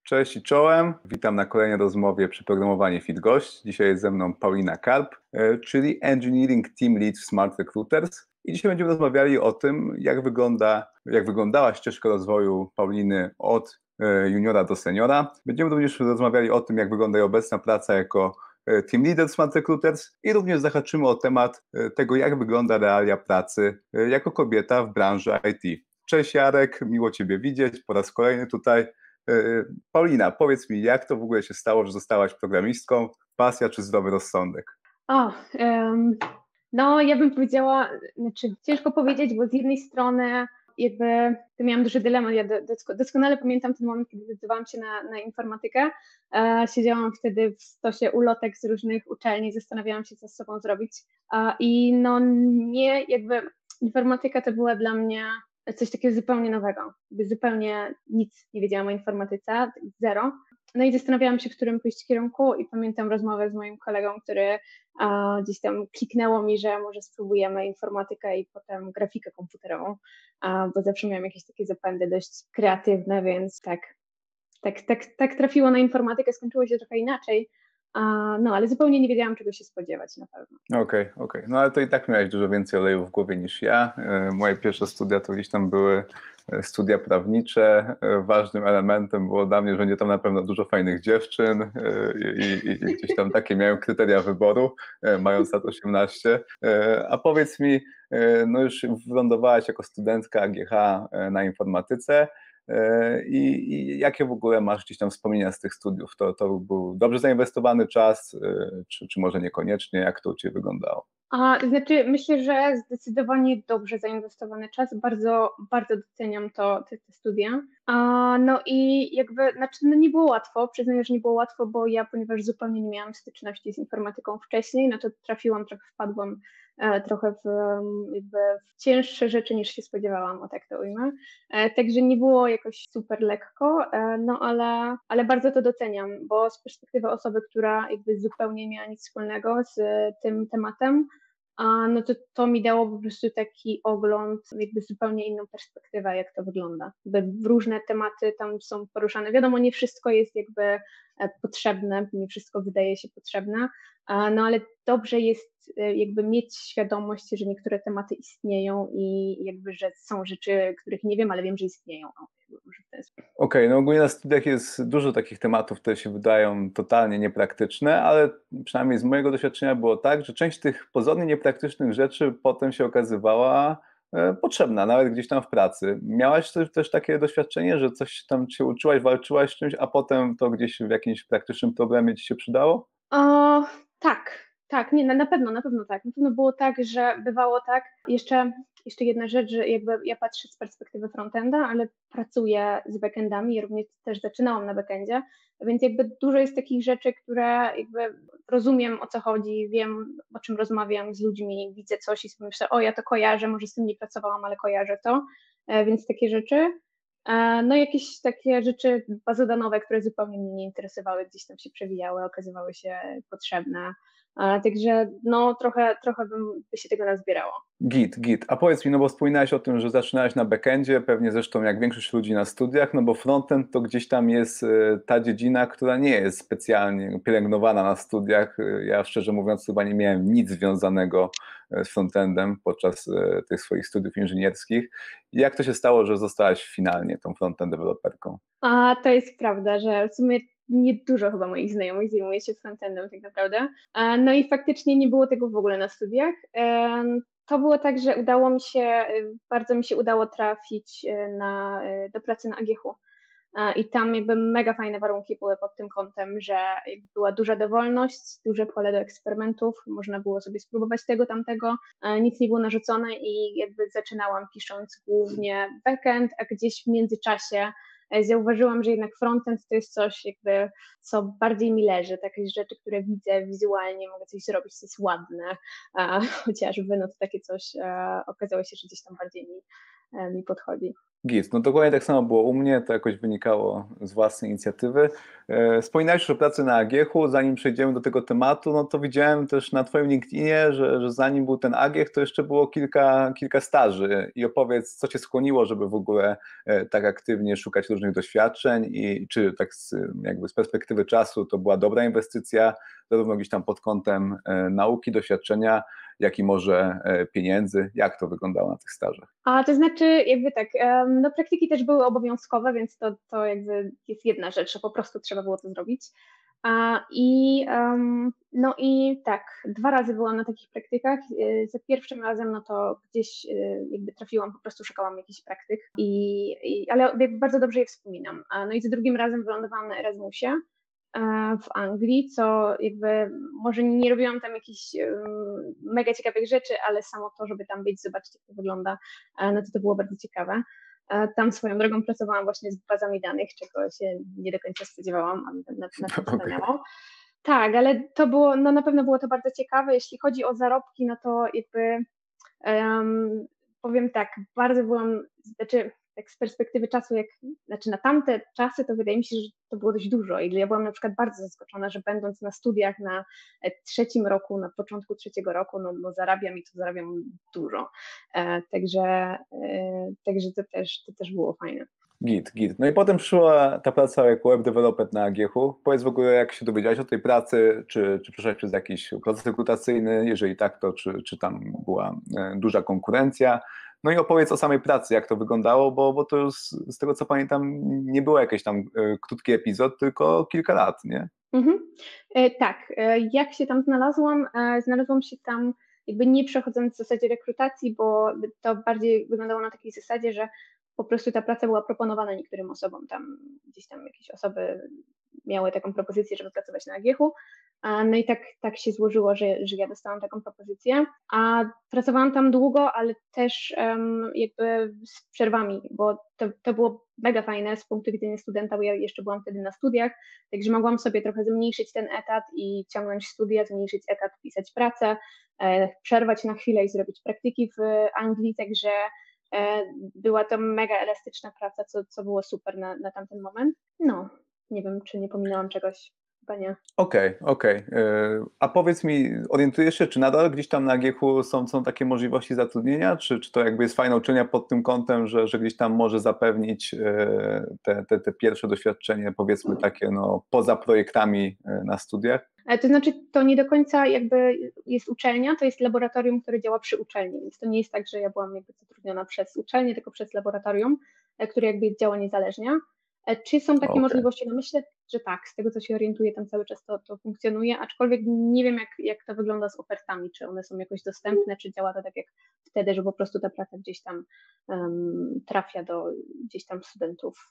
Cześć i czołem, witam na kolejnej rozmowie przy programowaniu Fit Gość. Dzisiaj jest ze mną Paulina Karp, czyli Engineering Team Lead w Smart Recruiters. I dzisiaj będziemy rozmawiali o tym, jak wyglądała ścieżka rozwoju Pauliny od juniora do seniora. Będziemy również rozmawiali o tym, jak wygląda jej obecna praca jako Team Leader Smart Recruiters i również zahaczymy o temat tego, jak wygląda realia pracy jako kobieta w branży IT. Cześć Jarek, miło Ciebie widzieć po raz kolejny tutaj. Paulina, powiedz mi, jak to w ogóle się stało, że zostałaś programistką? Pasja czy zdrowy rozsądek? No ja bym powiedziała, ciężko powiedzieć, bo z jednej strony jakby to miałam duży dylemat. Ja doskonale pamiętam ten moment, kiedy zdecydowałam się na informatykę. Siedziałam wtedy w stosie ulotek z różnych uczelni, zastanawiałam się, co z sobą zrobić. I no nie, jakby informatyka to była dla mnie coś takiego zupełnie nowego. Zupełnie nic nie wiedziałam o informatyce, zero. No i zastanawiałam się, w którym pójść kierunku i pamiętam rozmowę z moim kolegą, który gdzieś tam kliknęło mi, że może spróbujemy informatykę i potem grafikę komputerową, bo zawsze miałam jakieś takie zapędy dość kreatywne, więc tak trafiło na informatykę, skończyło się trochę inaczej, no ale zupełnie nie wiedziałam, czego się spodziewać na pewno. Okej. No ale to i tak miałeś dużo więcej oleju w głowie niż ja. Moje pierwsze studia to gdzieś tam były studia prawnicze. Ważnym elementem było dla mnie, że będzie tam na pewno dużo fajnych dziewczyn i gdzieś tam takie miałem kryteria wyboru, mając lat 18. A powiedz mi, no już wylądowałaś jako studentka AGH na informatyce. I jakie w ogóle masz gdzieś tam wspomnienia z tych studiów? To był dobrze zainwestowany czas, czy może niekoniecznie? Jak to u Ciebie wyglądało? To znaczy, myślę, że zdecydowanie dobrze zainwestowany czas. Bardzo, bardzo doceniam te studia. No i jakby, no nie było łatwo, przyznaję, że nie było łatwo, bo ja, ponieważ zupełnie nie miałam styczności z informatyką wcześniej, no to wpadłam trochę jakby w cięższe rzeczy niż się spodziewałam, o tak to ujmę. Także nie było jakoś super lekko, no ale bardzo to doceniam, bo z perspektywy osoby, która jakby zupełnie nie miała nic wspólnego z tym tematem, no to mi dało po prostu taki ogląd, jakby zupełnie inną perspektywę, jak to wygląda. Jakby różne tematy tam są poruszane. Wiadomo, nie wszystko jest jakby potrzebne, nie wszystko wydaje się potrzebne, no ale dobrze jest jakby mieć świadomość, że niektóre tematy istnieją i jakby, że są rzeczy, których nie wiem, ale wiem, że istnieją. Okej, no ogólnie na studiach jest dużo takich tematów, które się wydają totalnie niepraktyczne, ale przynajmniej z mojego doświadczenia było tak, że część tych pozornie niepraktycznych rzeczy potem się okazywała potrzebna, nawet gdzieś tam w pracy. Miałaś też takie doświadczenie, że coś tam się uczyłaś, walczyłaś z czymś, a potem to gdzieś w jakimś praktycznym problemie ci się przydało? Tak, nie, na pewno tak. Na pewno było tak, że bywało tak. Jeszcze jedna rzecz, że jakby ja patrzę z perspektywy frontenda, ale pracuję z backendami, ja również też zaczynałam na backendzie, więc jakby dużo jest takich rzeczy, które jakby rozumiem, o co chodzi, wiem, o czym rozmawiam z ludźmi, widzę coś i sobie myślę, o ja to kojarzę, może z tym nie pracowałam, ale kojarzę to, więc takie rzeczy. No jakieś takie rzeczy bazodanowe, które zupełnie mnie nie interesowały, gdzieś tam się przewijały, okazywały się potrzebne. Także no trochę by się tego nazbierało. Git. A powiedz mi, no bo wspominałeś o tym, że zaczynałeś na backendzie, pewnie zresztą jak większość ludzi na studiach, no bo frontend to gdzieś tam jest ta dziedzina, która nie jest specjalnie pielęgnowana na studiach. Ja szczerze mówiąc chyba nie miałem nic związanego z frontendem podczas tych swoich studiów inżynierskich. Jak to się stało, że zostałaś finalnie tą frontend deweloperką? To jest prawda, że w sumie niedużo chyba moich znajomych zajmuje się frontendem tak naprawdę. No i faktycznie nie było tego w ogóle na studiach. To było tak, że bardzo mi się udało trafić do pracy na AGH. I tam jakby mega fajne warunki były pod tym kątem, że była duża dowolność, duże pole do eksperymentów, można było sobie spróbować tego, tamtego, nic nie było narzucone i jakby zaczynałam pisząc głównie backend, a gdzieś w międzyczasie zauważyłam, że jednak frontend to jest coś jakby, co bardziej mi leży, takie rzeczy, które widzę wizualnie, mogę coś zrobić, co jest ładne, chociażby no to takie coś okazało się, że gdzieś tam bardziej mi podchodzi. Git, no dokładnie tak samo było u mnie, to jakoś wynikało z własnej inicjatywy. Wspominałeś już o pracy na AGH-u, zanim przejdziemy do tego tematu, no to widziałem też na twoim LinkedInie, że zanim był ten AGH, to jeszcze było kilka staży i opowiedz, co cię skłoniło, żeby w ogóle tak aktywnie szukać różnych doświadczeń i czy tak jakby z perspektywy czasu to była dobra inwestycja, zarówno gdzieś tam pod kątem nauki, doświadczenia, jak i może pieniędzy, jak to wyglądało na tych stażach? A to znaczy, jakby tak, no praktyki też były obowiązkowe, więc to jakby jest jedna rzecz, że po prostu trzeba było to zrobić. No i tak, 2 razy byłam na takich praktykach. Za pierwszym razem, no to gdzieś jakby trafiłam, po prostu szukałam jakichś praktyk, ale jakby bardzo dobrze je wspominam. No i za drugim razem wylądowałam na Erasmusie w Anglii, co jakby może nie robiłam tam jakichś mega ciekawych rzeczy, ale samo to, żeby tam być, zobaczyć jak to wygląda, no to było bardzo ciekawe. Tam swoją drogą pracowałam właśnie z bazami danych, czego się nie do końca spodziewałam, ale na tym stanęło. Tak, ale to było, no na pewno było to bardzo ciekawe. Jeśli chodzi o zarobki, no to jakby powiem tak, bardzo byłam, znaczy tak z perspektywy czasu, znaczy na tamte czasy, to wydaje mi się, że to było dość dużo i ja byłam na przykład bardzo zaskoczona, że będąc na studiach na 3. roku, na początku 3. roku, no zarabiam i to zarabiam dużo. Także to też było fajne. Git. No i potem przyszła ta praca jako web developer na AGH-u. Powiedz w ogóle, jak się dowiedziałeś o tej pracy, czy przeszłaś przez jakiś proces rekrutacyjny, jeżeli tak, to czy tam była duża konkurencja? No i opowiedz o samej pracy, jak to wyglądało, bo to już z tego co pamiętam nie było jakiś tam krótki epizod, tylko kilka lat, nie? Tak, jak się tam znalazłam? Znalazłam się tam jakby nie przechodząc w zasadzie rekrutacji, bo to bardziej wyglądało na takiej zasadzie, że po prostu ta praca była proponowana niektórym osobom. Tam gdzieś tam jakieś osoby miały taką propozycję, żeby pracować na AGH-u. No i tak się złożyło, że ja dostałam taką propozycję. A pracowałam tam długo, ale też jakby z przerwami, bo to było mega fajne z punktu widzenia studenta, bo ja jeszcze byłam wtedy na studiach, także mogłam sobie trochę zmniejszyć ten etat i ciągnąć studia, zmniejszyć etat, pisać pracę, przerwać na chwilę i zrobić praktyki w Anglii, także była to mega elastyczna praca, co było super na tamten moment. No, nie wiem, czy nie pominęłam czegoś, chyba nie. Okej. A powiedz mi, orientujesz się, czy nadal gdzieś tam na AGH-u są takie możliwości zatrudnienia, czy to jakby jest fajna uczelnia pod tym kątem, że gdzieś tam może zapewnić te pierwsze doświadczenie, powiedzmy takie no, poza projektami na studiach? To znaczy, to nie do końca jakby jest uczelnia, to jest laboratorium, które działa przy uczelni, więc to nie jest tak, że ja byłam jakby zatrudniona przez uczelnię, tylko przez laboratorium, które jakby działa niezależnie. Czy są takie możliwości? No myślę, że tak, z tego co się orientuję, tam cały czas to funkcjonuje, aczkolwiek nie wiem jak to wygląda z ofertami, czy one są jakoś dostępne, czy działa to tak jak wtedy, że po prostu ta praca gdzieś tam trafia do gdzieś tam studentów.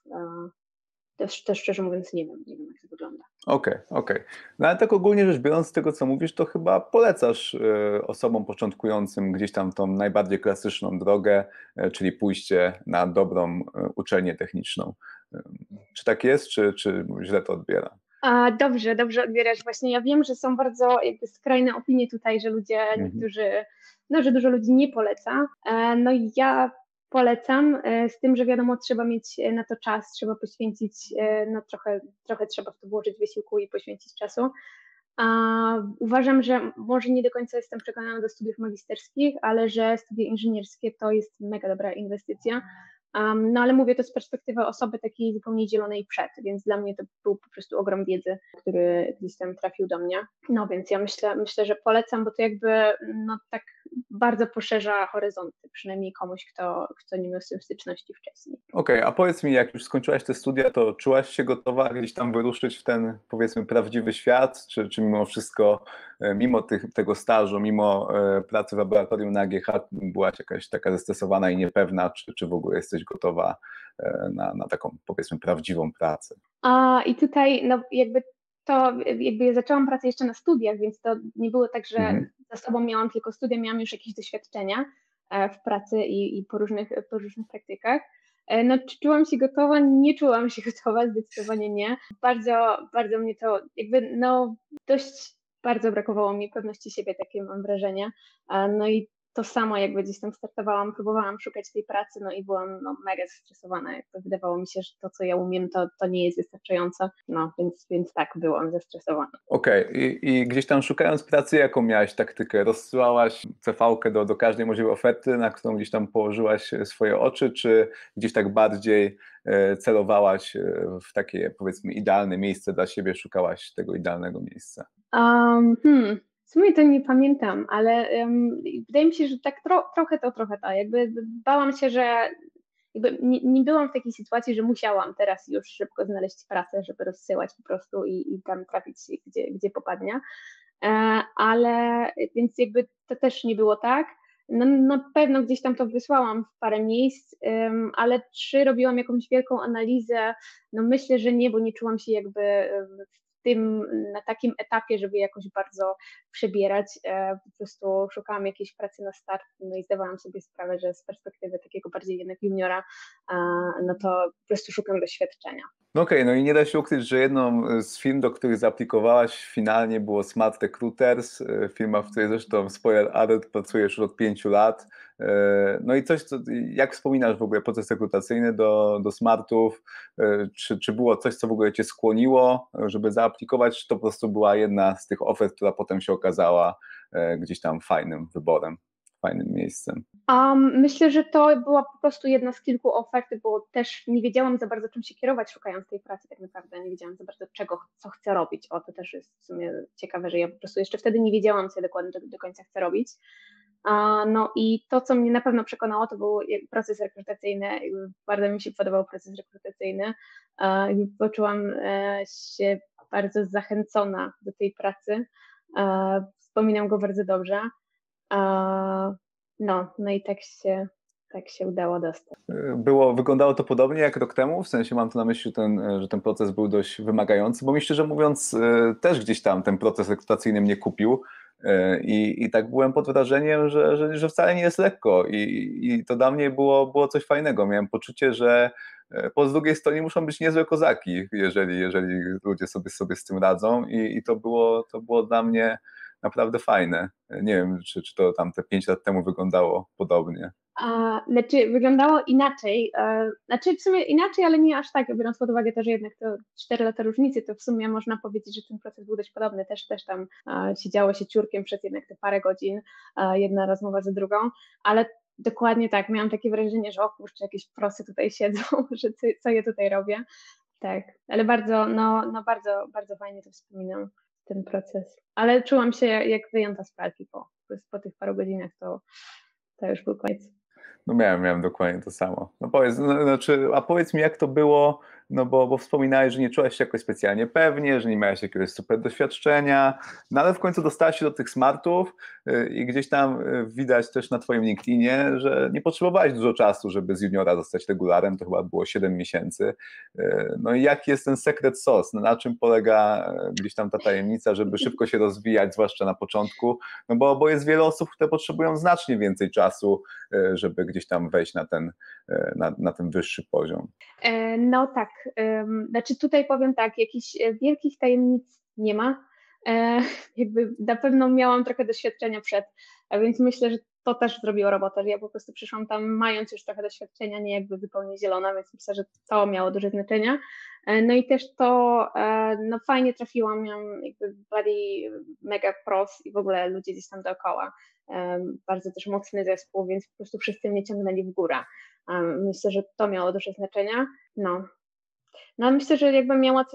Też szczerze mówiąc nie wiem jak to wygląda. Okej. No ale tak ogólnie rzecz biorąc, z tego co mówisz, to chyba polecasz osobom początkującym gdzieś tam tą najbardziej klasyczną drogę, czyli pójście na dobrą uczelnię techniczną. Czy tak jest, czy źle to odbiera? Dobrze odbierasz. Właśnie ja wiem, że są bardzo jakby skrajne opinie tutaj, że ludzie, niektórzy, no że dużo ludzi nie poleca. No i ja polecam, z tym, że wiadomo, trzeba mieć na to czas, trzeba poświęcić, no trochę trzeba w to włożyć wysiłku i poświęcić czasu. Uważam, że może nie do końca jestem przekonana do studiów magisterskich, ale że studia inżynierskie to jest mega dobra inwestycja. No ale mówię to z perspektywy osoby takiej zupełnie zielonej przed, więc dla mnie to był po prostu ogrom wiedzy, który gdzieś tam trafił do mnie. No więc ja myślę, że polecam, bo to jakby no tak bardzo poszerza horyzonty, przynajmniej komuś, kto nie miał z tym styczności wcześniej. Okej, a powiedz mi, jak już skończyłaś te studia, to czułaś się gotowa gdzieś tam wyruszyć w ten, powiedzmy, prawdziwy świat, czy mimo wszystko, mimo tego stażu, mimo pracy w laboratorium na AGH, byłaś jakaś taka zestresowana i niepewna, czy w ogóle jesteś gotowa na taką, powiedzmy, prawdziwą pracę? I tutaj no jakby ja zaczęłam pracę jeszcze na studiach, więc to nie było tak, że za sobą miałam tylko studia, miałam już jakieś doświadczenia w pracy i po różnych praktykach. No, czy czułam się gotowa? Nie czułam się gotowa, zdecydowanie nie. Bardzo mnie to jakby, no dość bardzo brakowało mi pewności siebie, takie mam wrażenie. No i to samo jakby gdzieś tam startowałam, próbowałam szukać tej pracy, no i byłam mega zestresowana, jakby wydawało mi się, że to, co ja umiem, to nie jest wystarczająco, no więc tak, byłam zestresowana. Okej. I gdzieś tam szukając pracy, jaką miałaś taktykę? Rozsyłałaś CV-kę do każdej możliwej oferty, na którą gdzieś tam położyłaś swoje oczy, czy gdzieś tak bardziej celowałaś w takie, powiedzmy, idealne miejsce dla siebie, szukałaś tego idealnego miejsca? W sumie to nie pamiętam, ale wydaje mi się, że tak trochę to. Jakby bałam się, że jakby nie byłam w takiej sytuacji, że musiałam teraz już szybko znaleźć pracę, żeby rozsyłać po prostu i tam trafić gdzie popadnie. Ale więc jakby to też nie było tak. No, na pewno gdzieś tam to wysłałam w parę miejsc, ale czy robiłam jakąś wielką analizę? No myślę, że nie, bo nie czułam się jakby na takim etapie, żeby jakoś bardzo przebierać. Po prostu szukałam jakiejś pracy na start, no i zdawałam sobie sprawę, że z perspektywy takiego bardziej jednak juniora, no to po prostu szukam doświadczenia. No okej, no i nie da się ukryć, że jedną z firm, do których zaaplikowałaś finalnie było Smart Recruiters, firma, w której zresztą spoiler alert, pracujesz już od 5 lat. No i jak wspominasz w ogóle proces rekrutacyjny do Smartów? Czy było coś, co w ogóle cię skłoniło, żeby zaaplikować, czy to po prostu była jedna z tych ofert, która potem się okazała gdzieś tam fajnym wyborem, fajnym miejscem? Myślę, że to była po prostu jedna z kilku ofert, bo też nie wiedziałam za bardzo, czym się kierować, szukając tej pracy tak naprawdę. Nie wiedziałam za bardzo, co chcę robić. To też jest w sumie ciekawe, że ja po prostu jeszcze wtedy nie wiedziałam, co ja dokładnie do końca chcę robić. No i to, co mnie na pewno przekonało, to był proces rekrutacyjny. Bardzo mi się podobał proces rekrutacyjny. Poczułam się bardzo zachęcona do tej pracy. Wspominam go bardzo dobrze. No i tak się udało dostać. Wyglądało to podobnie jak rok temu, w sensie mam tu na myśli, że ten proces był dość wymagający, bo mi szczerze mówiąc też gdzieś tam ten proces rekrutacyjny mnie kupił i tak byłem pod wrażeniem, że wcale nie jest lekko i to dla mnie było coś fajnego. Miałem poczucie, że po z drugiej stronie muszą być niezłe kozaki, jeżeli ludzie sobie z tym radzą i to było dla mnie naprawdę fajne. Nie wiem, czy to tam te 5 lat temu wyglądało podobnie. Znaczy, wyglądało inaczej. Znaczy, w sumie inaczej, ale nie aż tak, biorąc pod uwagę to, że jednak to 4 lata różnicy, to w sumie można powiedzieć, że ten proces był dość podobny. Też tam siedziało się ciurkiem przez jednak te parę godzin, jedna rozmowa za drugą, ale dokładnie tak, miałam takie wrażenie, że o kurczę, jakieś prosy tutaj siedzą, że co ja tutaj robię. Tak, ale bardzo, bardzo fajnie to wspominam, ten proces. Ale czułam się jak wyjęta z pralki po tych paru godzinach, to już był koniec. No miałem dokładnie to samo. No powiedz mi, jak to było, no bo wspominałeś, że nie czułaś się jakoś specjalnie pewnie, że nie miałaś jakiegoś super doświadczenia, no ale w końcu dostałaś się do tych Smartów i gdzieś tam widać też na twoim LinkedInie, że nie potrzebowałaś dużo czasu, żeby z juniora zostać regularem, to chyba było 7 miesięcy. No i jaki jest ten secret sauce? No, na czym polega gdzieś tam ta tajemnica, żeby szybko się rozwijać, zwłaszcza na początku, no bo jest wiele osób, które potrzebują znacznie więcej czasu, żeby gdzieś tam wejść na ten wyższy poziom. No tak, znaczy tutaj powiem tak, jakichś wielkich tajemnic nie ma, jakby na pewno miałam trochę doświadczenia przed, a więc myślę, że to też zrobiło robotę, że ja po prostu przyszłam tam mając już trochę doświadczenia, nie jakby zupełnie zielona, więc myślę, że to miało duże znaczenie. No i też no fajnie trafiłam, miałam jakby buddy mega pros i w ogóle ludzie gdzieś tam dookoła, bardzo też mocny zespół, więc po prostu wszyscy mnie ciągnęli w górę. Myślę, że to miało duże znaczenie. No myślę, że jakbym miała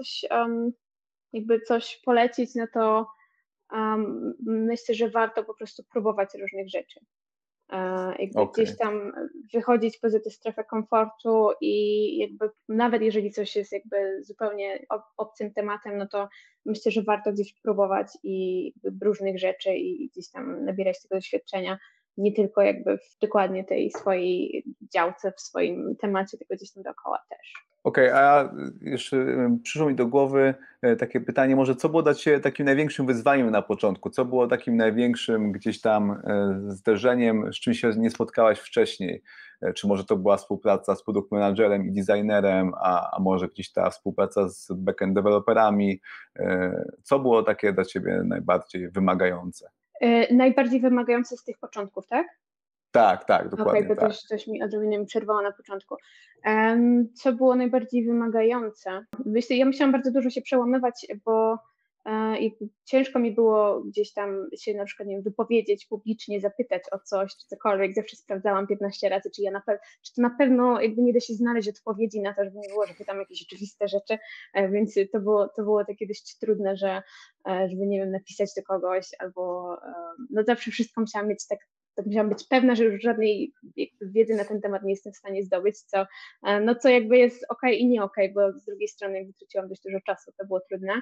coś polecić, no to myślę, że warto po prostu próbować różnych rzeczy. Jakby gdzieś tam wychodzić poza tę strefę komfortu i jakby nawet jeżeli coś jest jakby zupełnie obcym tematem, no to myślę, że warto gdzieś próbować i różnych rzeczy i gdzieś tam nabierać tego doświadczenia, nie tylko jakby w dokładnie tej swojej działce, w swoim temacie, tylko gdzieś tam dookoła też. Okej, a jeszcze przyszło mi do głowy takie pytanie, może co było dla Ciebie takim największym wyzwaniem na początku? Co było takim największym gdzieś tam zderzeniem, z czym się nie spotkałaś wcześniej? Czy może to była współpraca z produkt managerem i designerem, a może gdzieś ta współpraca z backend deweloperami? Co było takie dla Ciebie najbardziej wymagające? Najbardziej wymagające z tych początków, tak? Tak, tak, Okej, dokładnie to tak. też coś mi odrobinę mi przerwało na początku. Co było najbardziej wymagające? Myślę, ja musiałam bardzo dużo się przełamywać, bo jakby ciężko mi było gdzieś tam się na przykład, nie wiem, wypowiedzieć publicznie, zapytać o coś, czy cokolwiek. Zawsze sprawdzałam 15 razy, czy to na pewno jakby nie da się znaleźć odpowiedzi na to, żeby nie było, że pytam jakieś oczywiste rzeczy, więc to było takie dość trudne, że żeby, nie wiem, napisać do kogoś albo no zawsze wszystko musiałam mieć tak musiałam być pewna, że już żadnej jakby wiedzy na ten temat nie jestem w stanie zdobyć, co jakby jest okej i nie okej, bo z drugiej strony jakby traciłam dość dużo czasu, to było trudne.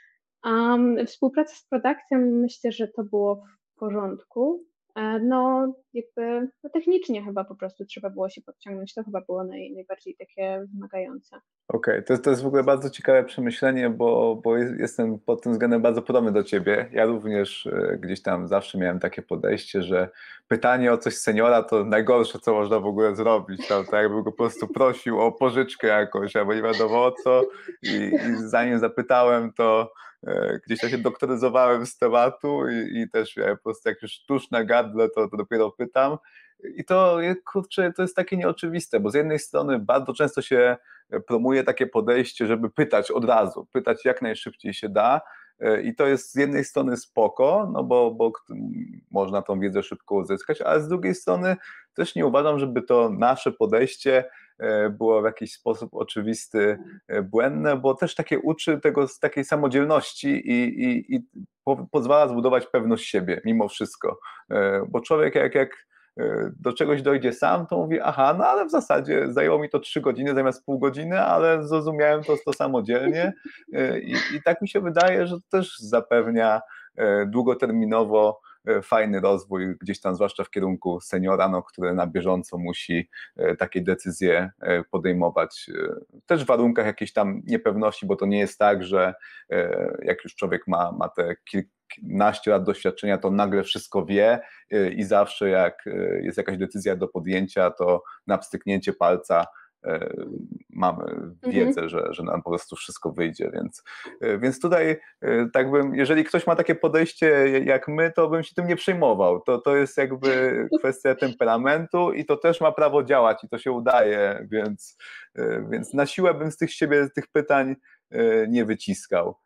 Współpraca z produkcją, myślę, że to było w porządku. No jakby no technicznie chyba po prostu trzeba było się podciągnąć, to chyba było najbardziej takie wymagające. Okej, to jest w ogóle bardzo ciekawe przemyślenie, bo jestem pod tym względem bardzo podobny do ciebie. Ja również gdzieś tam zawsze miałem takie podejście, że pytanie o coś seniora to najgorsze, co można w ogóle zrobić. Tam, tak jakby go po prostu prosił o pożyczkę jakąś, albo nie wiadomo o co. I zanim zapytałem, to gdzieś tam się doktoryzowałem z tematu i też miałem po prostu jak już tuż na gardle, to dopiero pytam. I to, kurczę, to jest takie nieoczywiste, bo z jednej strony bardzo często się promuje takie podejście, żeby pytać od razu, pytać jak najszybciej się da i to jest z jednej strony spoko, no bo można tą wiedzę szybko uzyskać, ale z drugiej strony też nie uważam, żeby to nasze podejście było w jakiś sposób oczywisty błędne, bo też takie uczy tego z takiej samodzielności i pozwala zbudować pewność siebie mimo wszystko, bo człowiek jak do czegoś dojdzie sam, to mówi, aha, no ale w zasadzie zajęło mi to 3 godziny zamiast pół godziny, ale zrozumiałem to samodzielnie i tak mi się wydaje, że to też zapewnia długoterminowo fajny rozwój gdzieś tam, zwłaszcza w kierunku seniora, no, który na bieżąco musi takie decyzje podejmować. Też w warunkach jakiejś tam niepewności, bo to nie jest tak, że jak już człowiek ma te kilkanaście lat doświadczenia, to nagle wszystko wie i zawsze jak jest jakaś decyzja do podjęcia, to na pstryknięcie palca mamy Mhm. wiedzę, że nam po prostu wszystko wyjdzie, więc tutaj tak jeżeli ktoś ma takie podejście jak my, to bym się tym nie przejmował. To jest jakby kwestia temperamentu i to też ma prawo działać i to się udaje, więc na siłę bym z siebie tych pytań nie wyciskał,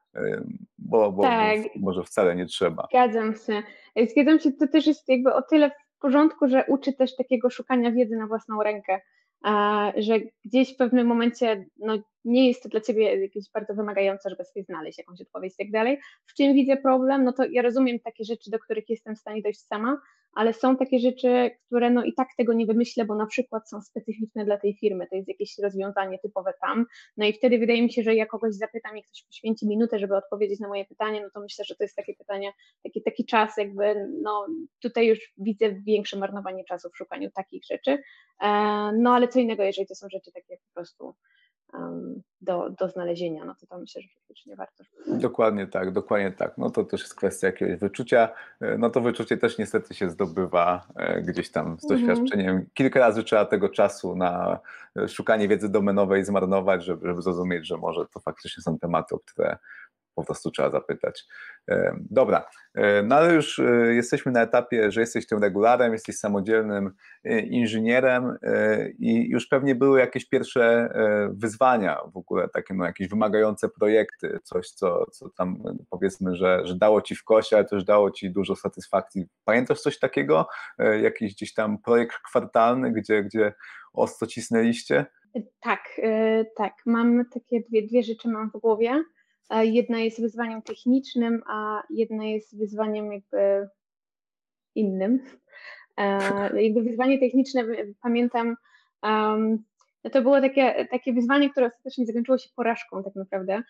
bo Tak, może wcale nie trzeba. zgadzam się. Zgadzam się, to też jest jakby o tyle w porządku, że uczy też takiego szukania wiedzy na własną rękę, że gdzieś w pewnym momencie no, nie jest to dla ciebie jakieś bardzo wymagające, żeby sobie znaleźć jakąś odpowiedź i tak dalej. W czym widzę problem? No to ja rozumiem takie rzeczy, do których jestem w stanie dojść sama, ale są takie rzeczy, które no i tak tego nie wymyślę, bo na przykład są specyficzne dla tej firmy, to jest jakieś rozwiązanie typowe tam, no i wtedy wydaje mi się, że ja kogoś zapytam i ktoś poświęci minutę, żeby odpowiedzieć na moje pytanie, no to myślę, że to jest takie pytanie, taki czas jakby, no tutaj już widzę większe marnowanie czasu w szukaniu takich rzeczy, no ale co innego, jeżeli to są rzeczy takie po prostu do znalezienia, no to myślę, że faktycznie warto. Dokładnie tak, dokładnie tak. No to też jest kwestia jakiegoś wyczucia. No to wyczucie też niestety się zdobywa gdzieś tam z Mhm. doświadczeniem. Kilka razy trzeba tego czasu na szukanie wiedzy domenowej zmarnować, żeby zrozumieć, że może to faktycznie są tematy, o które po prostu trzeba zapytać. Dobra, no ale już jesteśmy na etapie, że jesteś tym regularem, jesteś samodzielnym inżynierem i już pewnie były jakieś pierwsze wyzwania w ogóle, takie no, jakieś wymagające projekty, coś co tam powiedzmy, że dało ci w kość, ale też dało ci dużo satysfakcji. Pamiętasz coś takiego? Jakiś gdzieś tam projekt kwartalny, gdzie ostro cisnęliście? Tak, tak. Mam takie dwie rzeczy mam w głowie. Jedna jest wyzwaniem technicznym, a jedna jest wyzwaniem jakby innym. Jakby wyzwanie techniczne, pamiętam, no to było takie wyzwanie, które ostatecznie zakończyło się porażką tak naprawdę,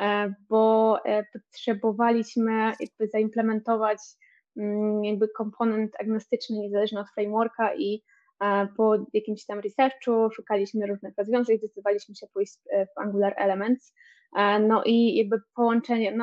bo potrzebowaliśmy jakby zaimplementować jakby komponent agnostyczny niezależny od frameworka i po jakimś tam researchu szukaliśmy różnych rozwiązań, zdecydowaliśmy się pójść w Angular Elements, no i jakby połączenie, no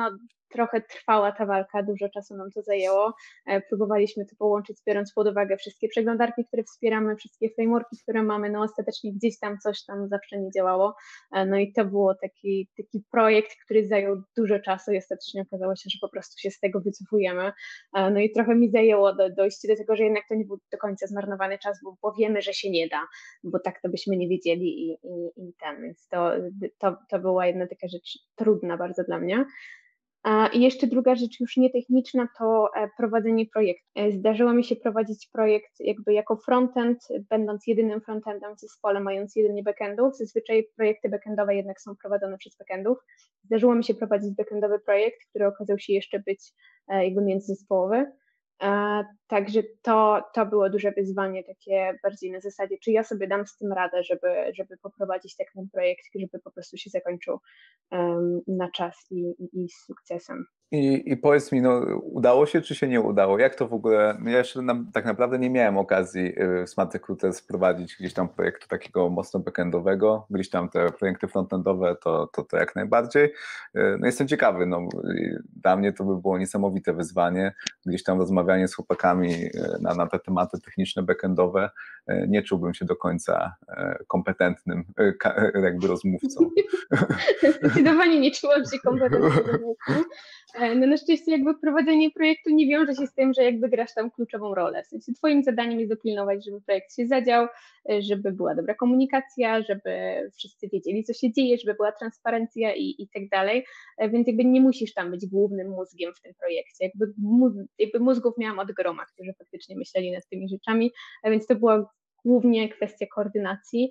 trochę trwała ta walka, dużo czasu nam to zajęło. Próbowaliśmy to połączyć, biorąc pod uwagę wszystkie przeglądarki, które wspieramy, wszystkie frameworki, które mamy, no ostatecznie gdzieś tam coś tam zawsze nie działało. No i to było taki projekt, który zajął dużo czasu i ostatecznie okazało się, że po prostu się z tego wycofujemy. No i trochę mi zajęło dojście do tego, że jednak to nie był do końca zmarnowany czas, bo wiemy, że się nie da, bo tak to byśmy nie wiedzieli i ten, więc to była jedna taka rzecz trudna bardzo dla mnie. I jeszcze druga rzecz, już nietechniczna, to prowadzenie projektu. Zdarzyło mi się prowadzić projekt jakby jako frontend, będąc jedynym frontendem w zespole, mając jedynie backendów. Zazwyczaj projekty backendowe jednak są prowadzone przez backendów. Zdarzyło mi się prowadzić backendowy projekt, który okazał się jeszcze być jakby międzyzespołowy. Także to było duże wyzwanie, takie bardziej na zasadzie, czy ja sobie dam z tym radę, żeby poprowadzić tak ten projekt, żeby po prostu się zakończył na czas i z sukcesem. I powiedz mi, no, udało się, czy się nie udało? Jak to w ogóle? Ja jeszcze tak naprawdę nie miałem okazji w Smart Recruiters prowadzić gdzieś tam projektu takiego mocno backendowego, gdzieś tam te projekty frontendowe to jak najbardziej. No jestem ciekawy, no, dla mnie to by było niesamowite wyzwanie, gdzieś tam rozmawianie z chłopakami na te tematy techniczne, backendowe. Nie czułbym się do końca kompetentnym jakby rozmówcą. Zdecydowanie nie czułam się kompetentnym rozmówcą. No na szczęście jakby prowadzenie projektu nie wiąże się z tym, że jakby grasz tam kluczową rolę. W sensie twoim zadaniem jest dopilnować, żeby projekt się zadział, żeby była dobra komunikacja, żeby wszyscy wiedzieli, co się dzieje, żeby była transparencja i tak dalej, więc jakby nie musisz tam być głównym mózgiem w tym projekcie. Jakby mózgów miałam od groma, którzy faktycznie myśleli nad tymi rzeczami, więc to była głównie kwestia koordynacji.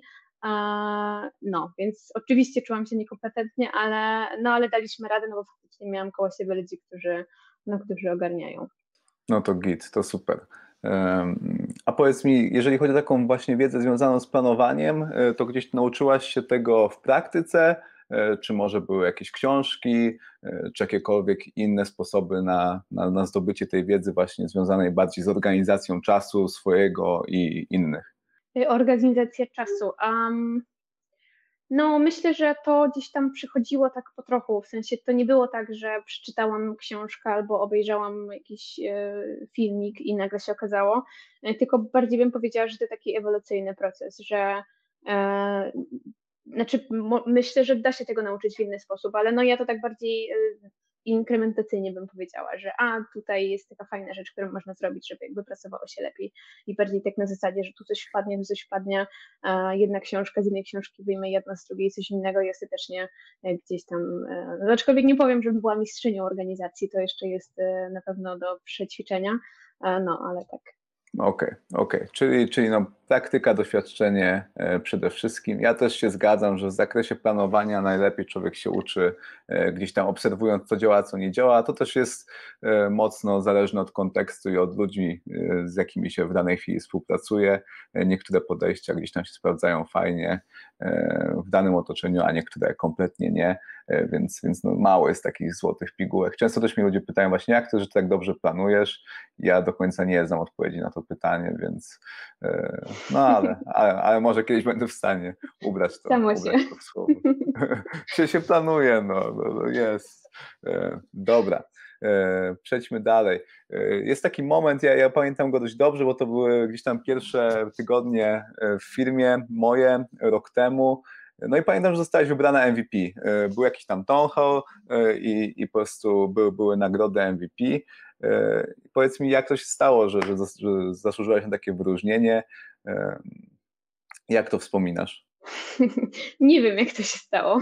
No, więc oczywiście czułam się niekompetentnie, ale daliśmy radę, no bo faktycznie miałam koło siebie ludzi, którzy ogarniają. No to git, to super. A powiedz mi, jeżeli chodzi o taką właśnie wiedzę związaną z planowaniem, to gdzieś nauczyłaś się tego w praktyce, czy może były jakieś książki, czy jakiekolwiek inne sposoby na zdobycie tej wiedzy właśnie związanej bardziej z organizacją czasu swojego i innych? Organizacja czasu. No, myślę, że to gdzieś tam przychodziło tak po trochu, w sensie to nie było tak, że przeczytałam książkę albo obejrzałam jakiś filmik i nagle się okazało, tylko bardziej bym powiedziała, że to taki ewolucyjny proces, że znaczy myślę, że da się tego nauczyć w inny sposób, ale no ja to tak bardziej inkrementacyjnie bym powiedziała, że tutaj jest taka fajna rzecz, którą można zrobić, żeby jakby pracowało się lepiej i bardziej tak na zasadzie, że tu coś wpadnie, jedna książka z innej książki wyjmie jedna z drugiej coś innego i ostatecznie gdzieś tam, aczkolwiek nie powiem, żebym była mistrzynią organizacji, to jeszcze jest na pewno do przećwiczenia, no ale tak. Okej. Czyli no, praktyka, doświadczenie przede wszystkim. Ja też się zgadzam, że w zakresie planowania najlepiej człowiek się uczy gdzieś tam obserwując, co działa, co nie działa. To też jest mocno zależne od kontekstu i od ludzi, z jakimi się w danej chwili współpracuje. Niektóre podejścia gdzieś tam się sprawdzają fajnie w danym otoczeniu, a niektóre kompletnie nie, więc no, mało jest takich złotych pigułek. Często też mnie ludzie pytają właśnie, jak to, że ty tak dobrze planujesz? Ja do końca nie znam odpowiedzi na to pytanie, więc no ale może kiedyś będę w stanie ubrać to w słowo. się planuje, no jest. Dobra. Przejdźmy dalej. Jest taki moment, ja pamiętam go dość dobrze, bo to były gdzieś tam pierwsze tygodnie w firmie moje, rok temu. No i pamiętam, że zostałeś wybrana MVP. Był jakiś tam town hall i po prostu były nagrody MVP. Powiedz mi, jak to się stało, że zasłużyłaś na takie wyróżnienie? Jak to wspominasz? Nie wiem, jak to się stało.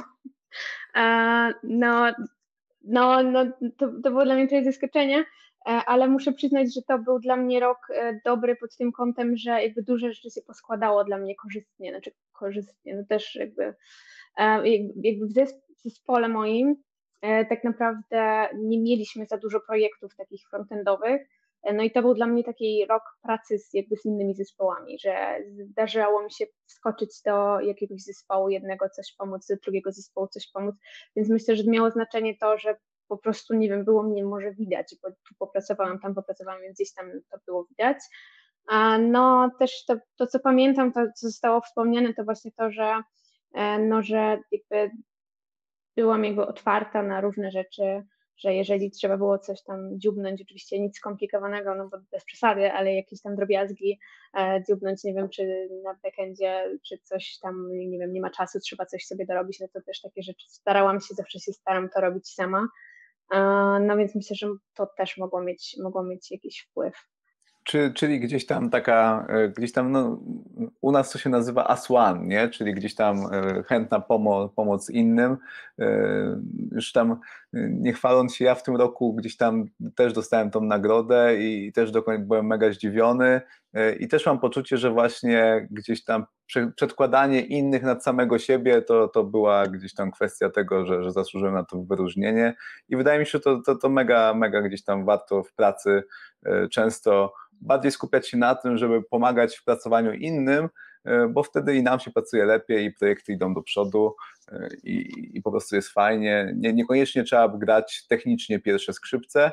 To było dla mnie trochę zaskoczenie, ale muszę przyznać, że to był dla mnie rok dobry pod tym kątem, że jakby dużo rzeczy się poskładało dla mnie korzystnie, no też jakby w zespole moim tak naprawdę nie mieliśmy za dużo projektów takich frontendowych, no i to był dla mnie taki rok pracy z innymi zespołami, że zdarzało mi się wskoczyć do jakiegoś zespołu jednego coś pomóc, do drugiego zespołu coś pomóc, więc myślę, że miało znaczenie to, że po prostu, nie wiem, było mnie może widać, bo tu popracowałam, tam popracowałam, więc gdzieś tam to było widać. No też to co pamiętam, to co zostało wspomniane, to właśnie to, że jakby byłam jakby otwarta na różne rzeczy, że jeżeli trzeba było coś tam dziubnąć, oczywiście nic skomplikowanego, no bo bez przesady, ale jakieś tam drobiazgi dziubnąć, nie wiem, czy na backendzie, czy coś tam, nie wiem, nie ma czasu, trzeba coś sobie dorobić, no to też takie rzeczy zawsze się staram to robić sama. No więc myślę, że to też mogło mieć jakiś wpływ. Czyli gdzieś tam gdzieś tam no, u nas to się nazywa as-one, nie? Czyli gdzieś tam chętna pomoc innym. Już tam nie chwaląc się, ja w tym roku gdzieś tam też dostałem tą nagrodę i też byłem mega zdziwiony i też mam poczucie, że właśnie gdzieś tam przedkładanie innych nad samego siebie to była gdzieś tam kwestia tego, że zasłużyłem na to wyróżnienie i wydaje mi się, że to mega gdzieś tam warto w pracy często bardziej skupiać się na tym, żeby pomagać w pracowaniu innym, bo wtedy i nam się pracuje lepiej, i projekty idą do przodu i po prostu jest fajnie. Niekoniecznie trzeba grać technicznie pierwsze skrzypce,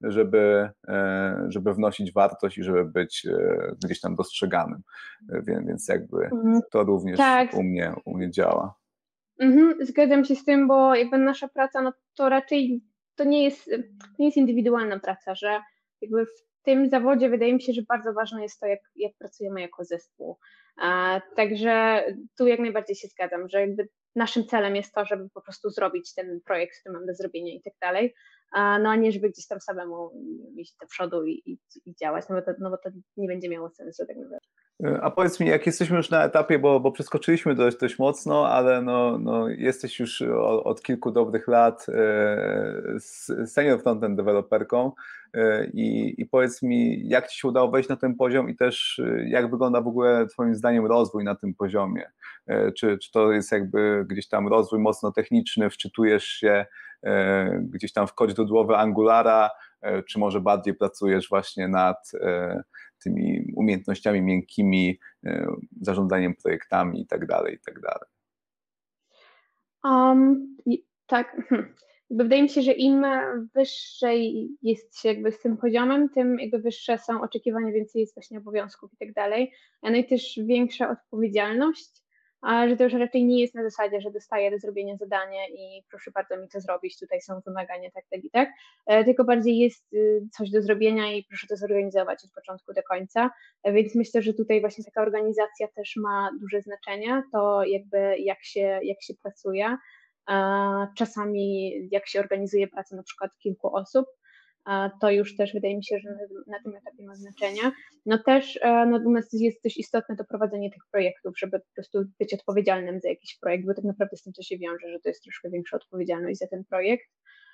żeby wnosić wartość i żeby być gdzieś tam dostrzeganym. Więc jakby to również tak. u mnie działa. Zgadzam się z tym, bo jakby nasza praca, no to raczej to nie jest indywidualna praca, że jakby w tym zawodzie wydaje mi się, że bardzo ważne jest to, jak pracujemy jako zespół. Także tu jak najbardziej się zgadzam, że jakby naszym celem jest to, żeby po prostu zrobić ten projekt, który mamy do zrobienia i tak dalej, no a nie żeby gdzieś tam samemu iść do przodu i działać, no bo to nie będzie miało sensu tak naprawdę. A powiedz mi, jak jesteśmy już na etapie, bo przeskoczyliśmy dość mocno, ale no, jesteś już od kilku dobrych lat senior frontend deweloperką i powiedz mi, jak ci się udało wejść na ten poziom i też jak wygląda w ogóle twoim zdaniem rozwój na tym poziomie? Czy to jest jakby gdzieś tam rozwój mocno techniczny, wczytujesz się gdzieś tam w kod źródłowy Angulara, czy może bardziej pracujesz właśnie nad tymi umiejętnościami miękkimi, zarządzaniem projektami i tak dalej, i tak dalej? Tak. Wydaje mi się, że im wyżej jest się jakby z tym poziomem, tym jakby wyższe są oczekiwania, więcej jest właśnie obowiązków i tak dalej. No i też większa odpowiedzialność, a że to już raczej nie jest na zasadzie, że dostaję do zrobienia zadanie i proszę bardzo mi to zrobić, tutaj są wymagania, tak i tak, tylko bardziej jest coś do zrobienia i proszę to zorganizować od początku do końca, więc myślę, że tutaj właśnie taka organizacja też ma duże znaczenie, to jakby jak się pracuje. Czasami jak się organizuje pracę na przykład kilku osób, to już też wydaje mi się, że na tym etapie ma znaczenie. No też natomiast jest też istotne to prowadzenie tych projektów, żeby po prostu być odpowiedzialnym za jakiś projekt, bo tak naprawdę z tym to się wiąże, że to jest troszkę większa odpowiedzialność za ten projekt.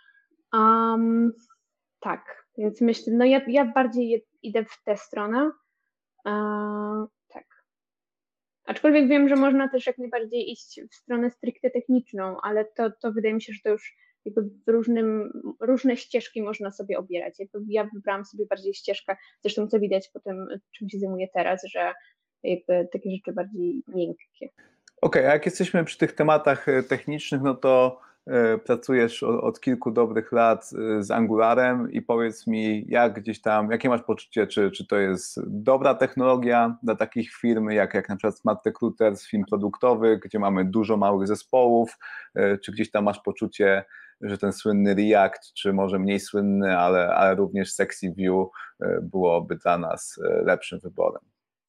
Tak, więc myślę, no ja bardziej idę w tę stronę. Tak. Aczkolwiek wiem, że można też jak najbardziej iść w stronę stricte techniczną, ale to wydaje mi się, że to już jakby różne ścieżki można sobie obierać. Ja wybrałam sobie bardziej ścieżkę, zresztą co widać po tym, czym się zajmuję teraz, że jakby takie rzeczy bardziej miękkie. Okej, a jak jesteśmy przy tych tematach technicznych, no to pracujesz od kilku dobrych lat z Angularem i powiedz mi, jakie masz poczucie, czy to jest dobra technologia dla takich firm jak na przykład Smart Recruiters, firm produktowych, gdzie mamy dużo małych zespołów, czy gdzieś tam masz poczucie, że ten słynny React, czy może mniej słynny, ale również Sexy Vue byłoby dla nas lepszym wyborem?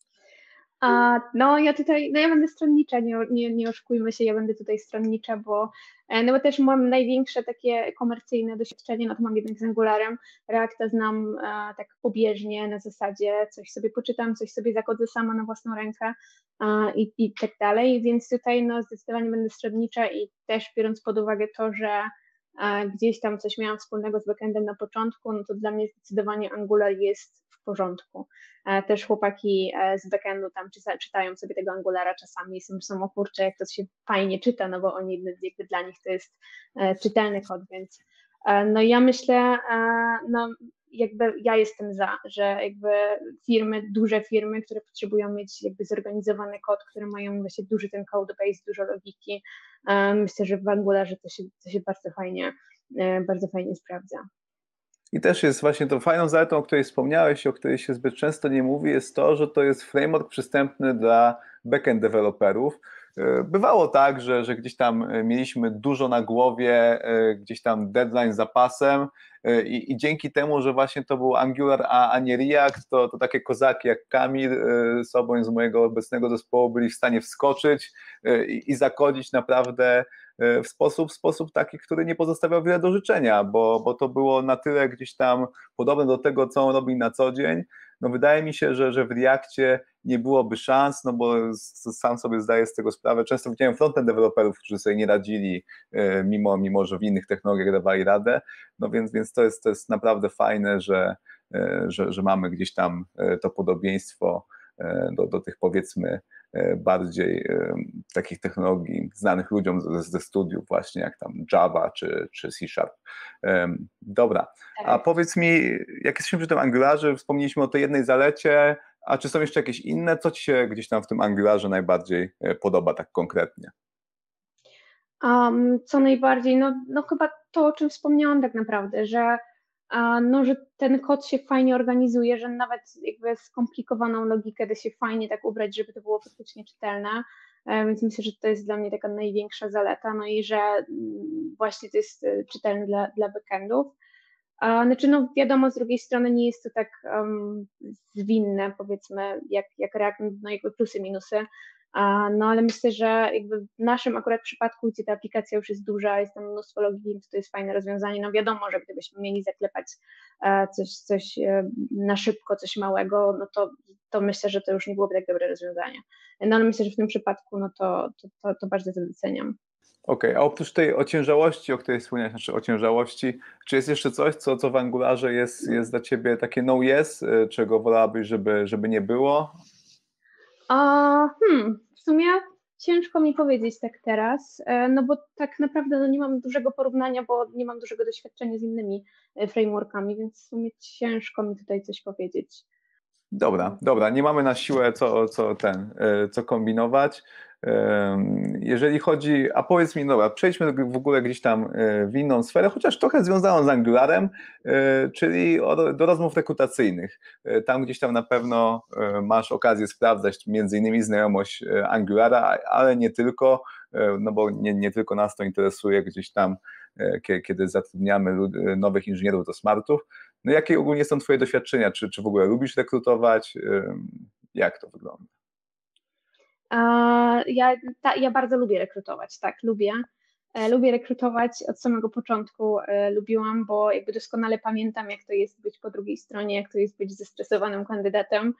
No ja będę stronnicza, nie oszukujmy się, ja będę tutaj stronnicza, bo też mam największe takie komercyjne doświadczenie, no to mam jednak z Angularem, Reacta znam tak pobieżnie, na zasadzie coś sobie poczytam, coś sobie zakodzę sama na własną rękę i tak dalej, więc tutaj no zdecydowanie będę stronnicza i też biorąc pod uwagę to, że gdzieś tam coś miałam wspólnego z backendem na początku, no to dla mnie zdecydowanie Angular jest w porządku. Też chłopaki z backendu tam czytają sobie tego Angulara czasami i są o kurczę, jak to się fajnie czyta, no bo oni jakby dla nich to jest czytelny kod, więc no ja myślę, no jakby ja jestem za, że jakby duże firmy, które potrzebują mieć jakby zorganizowany kod, które mają właśnie duży ten codebase, dużo logiki, myślę, że w Angularze to się bardzo fajnie sprawdza. I też jest właśnie tą fajną zaletą, o której wspomniałeś i o której się zbyt często nie mówi, jest to, że to jest framework przystępny dla backend deweloperów, bywało tak, że gdzieś tam mieliśmy dużo na głowie, gdzieś tam deadline za pasem i dzięki temu, że właśnie to był Angular, a nie React, to takie kozaki jak Kamil Soboń z mojego obecnego zespołu byli w stanie wskoczyć i zakodzić naprawdę w sposób taki, który nie pozostawiał wiele do życzenia, bo to było na tyle gdzieś tam podobne do tego, co on robi na co dzień. No wydaje mi się, że w Reakcie nie byłoby szans, no bo sam sobie zdaję z tego sprawę. Często widziałem frontend deweloperów, którzy sobie nie radzili, mimo że w innych technologiach dawali radę, no więc to jest naprawdę fajne, że mamy gdzieś tam to podobieństwo do tych, powiedzmy, bardziej takich technologii znanych ludziom ze studiów właśnie, jak tam Java czy C#. Dobra, a powiedz mi, jak jesteśmy przy tym Angularze, wspomnieliśmy o tej jednej zalecie, a czy są jeszcze jakieś inne? Co ci się gdzieś tam w tym Angularze najbardziej podoba tak konkretnie? Co najbardziej, no chyba to, o czym wspomniałam tak naprawdę, że ten kod się fajnie organizuje, że nawet jakby skomplikowaną logikę da się fajnie tak ubrać, żeby to było faktycznie czytelne, więc myślę, że to jest dla mnie taka największa zaleta, no i że właśnie to jest czytelne dla backendów. Znaczy, no wiadomo, z drugiej strony nie jest to tak zwinne, powiedzmy, jak React, no jakby plusy, minusy, no ale myślę, że jakby w naszym akurat przypadku, gdzie ta aplikacja już jest duża, jest tam mnóstwo login, to jest fajne rozwiązanie. No wiadomo, że gdybyśmy mieli zaklepać coś na szybko, coś małego, no to myślę, że to już nie byłoby tak dobre rozwiązanie. No ale myślę, że w tym przypadku, no to bardzo doceniam. Okej, a oprócz tej ociężałości, o której wspomniałeś, znaczy ociężałości, czy jest jeszcze coś, co w Angularze jest dla ciebie takie no yes, czego wolałabyś, żeby nie było? W sumie ciężko mi powiedzieć tak teraz, no bo tak naprawdę no nie mam dużego porównania, bo nie mam dużego doświadczenia z innymi frameworkami, więc w sumie ciężko mi tutaj coś powiedzieć. Dobra, nie mamy na siłę co kombinować. Jeżeli chodzi, a powiedz mi, dobra, przejdźmy w ogóle gdzieś tam w inną sferę, chociaż trochę związaną z Angularem, czyli do rozmów rekrutacyjnych. Tam gdzieś tam na pewno masz okazję sprawdzać między innymi znajomość Angulara, ale nie tylko, no bo nie tylko nas to interesuje gdzieś tam, kiedy zatrudniamy nowych inżynierów do smartów. No jakie ogólnie są twoje doświadczenia? Czy w ogóle lubisz rekrutować? Jak to wygląda? Ja bardzo lubię rekrutować, tak, lubię. Lubię rekrutować od samego początku, lubiłam, bo jakby doskonale pamiętam, jak to jest być po drugiej stronie, jak to jest być zestresowanym kandydatem,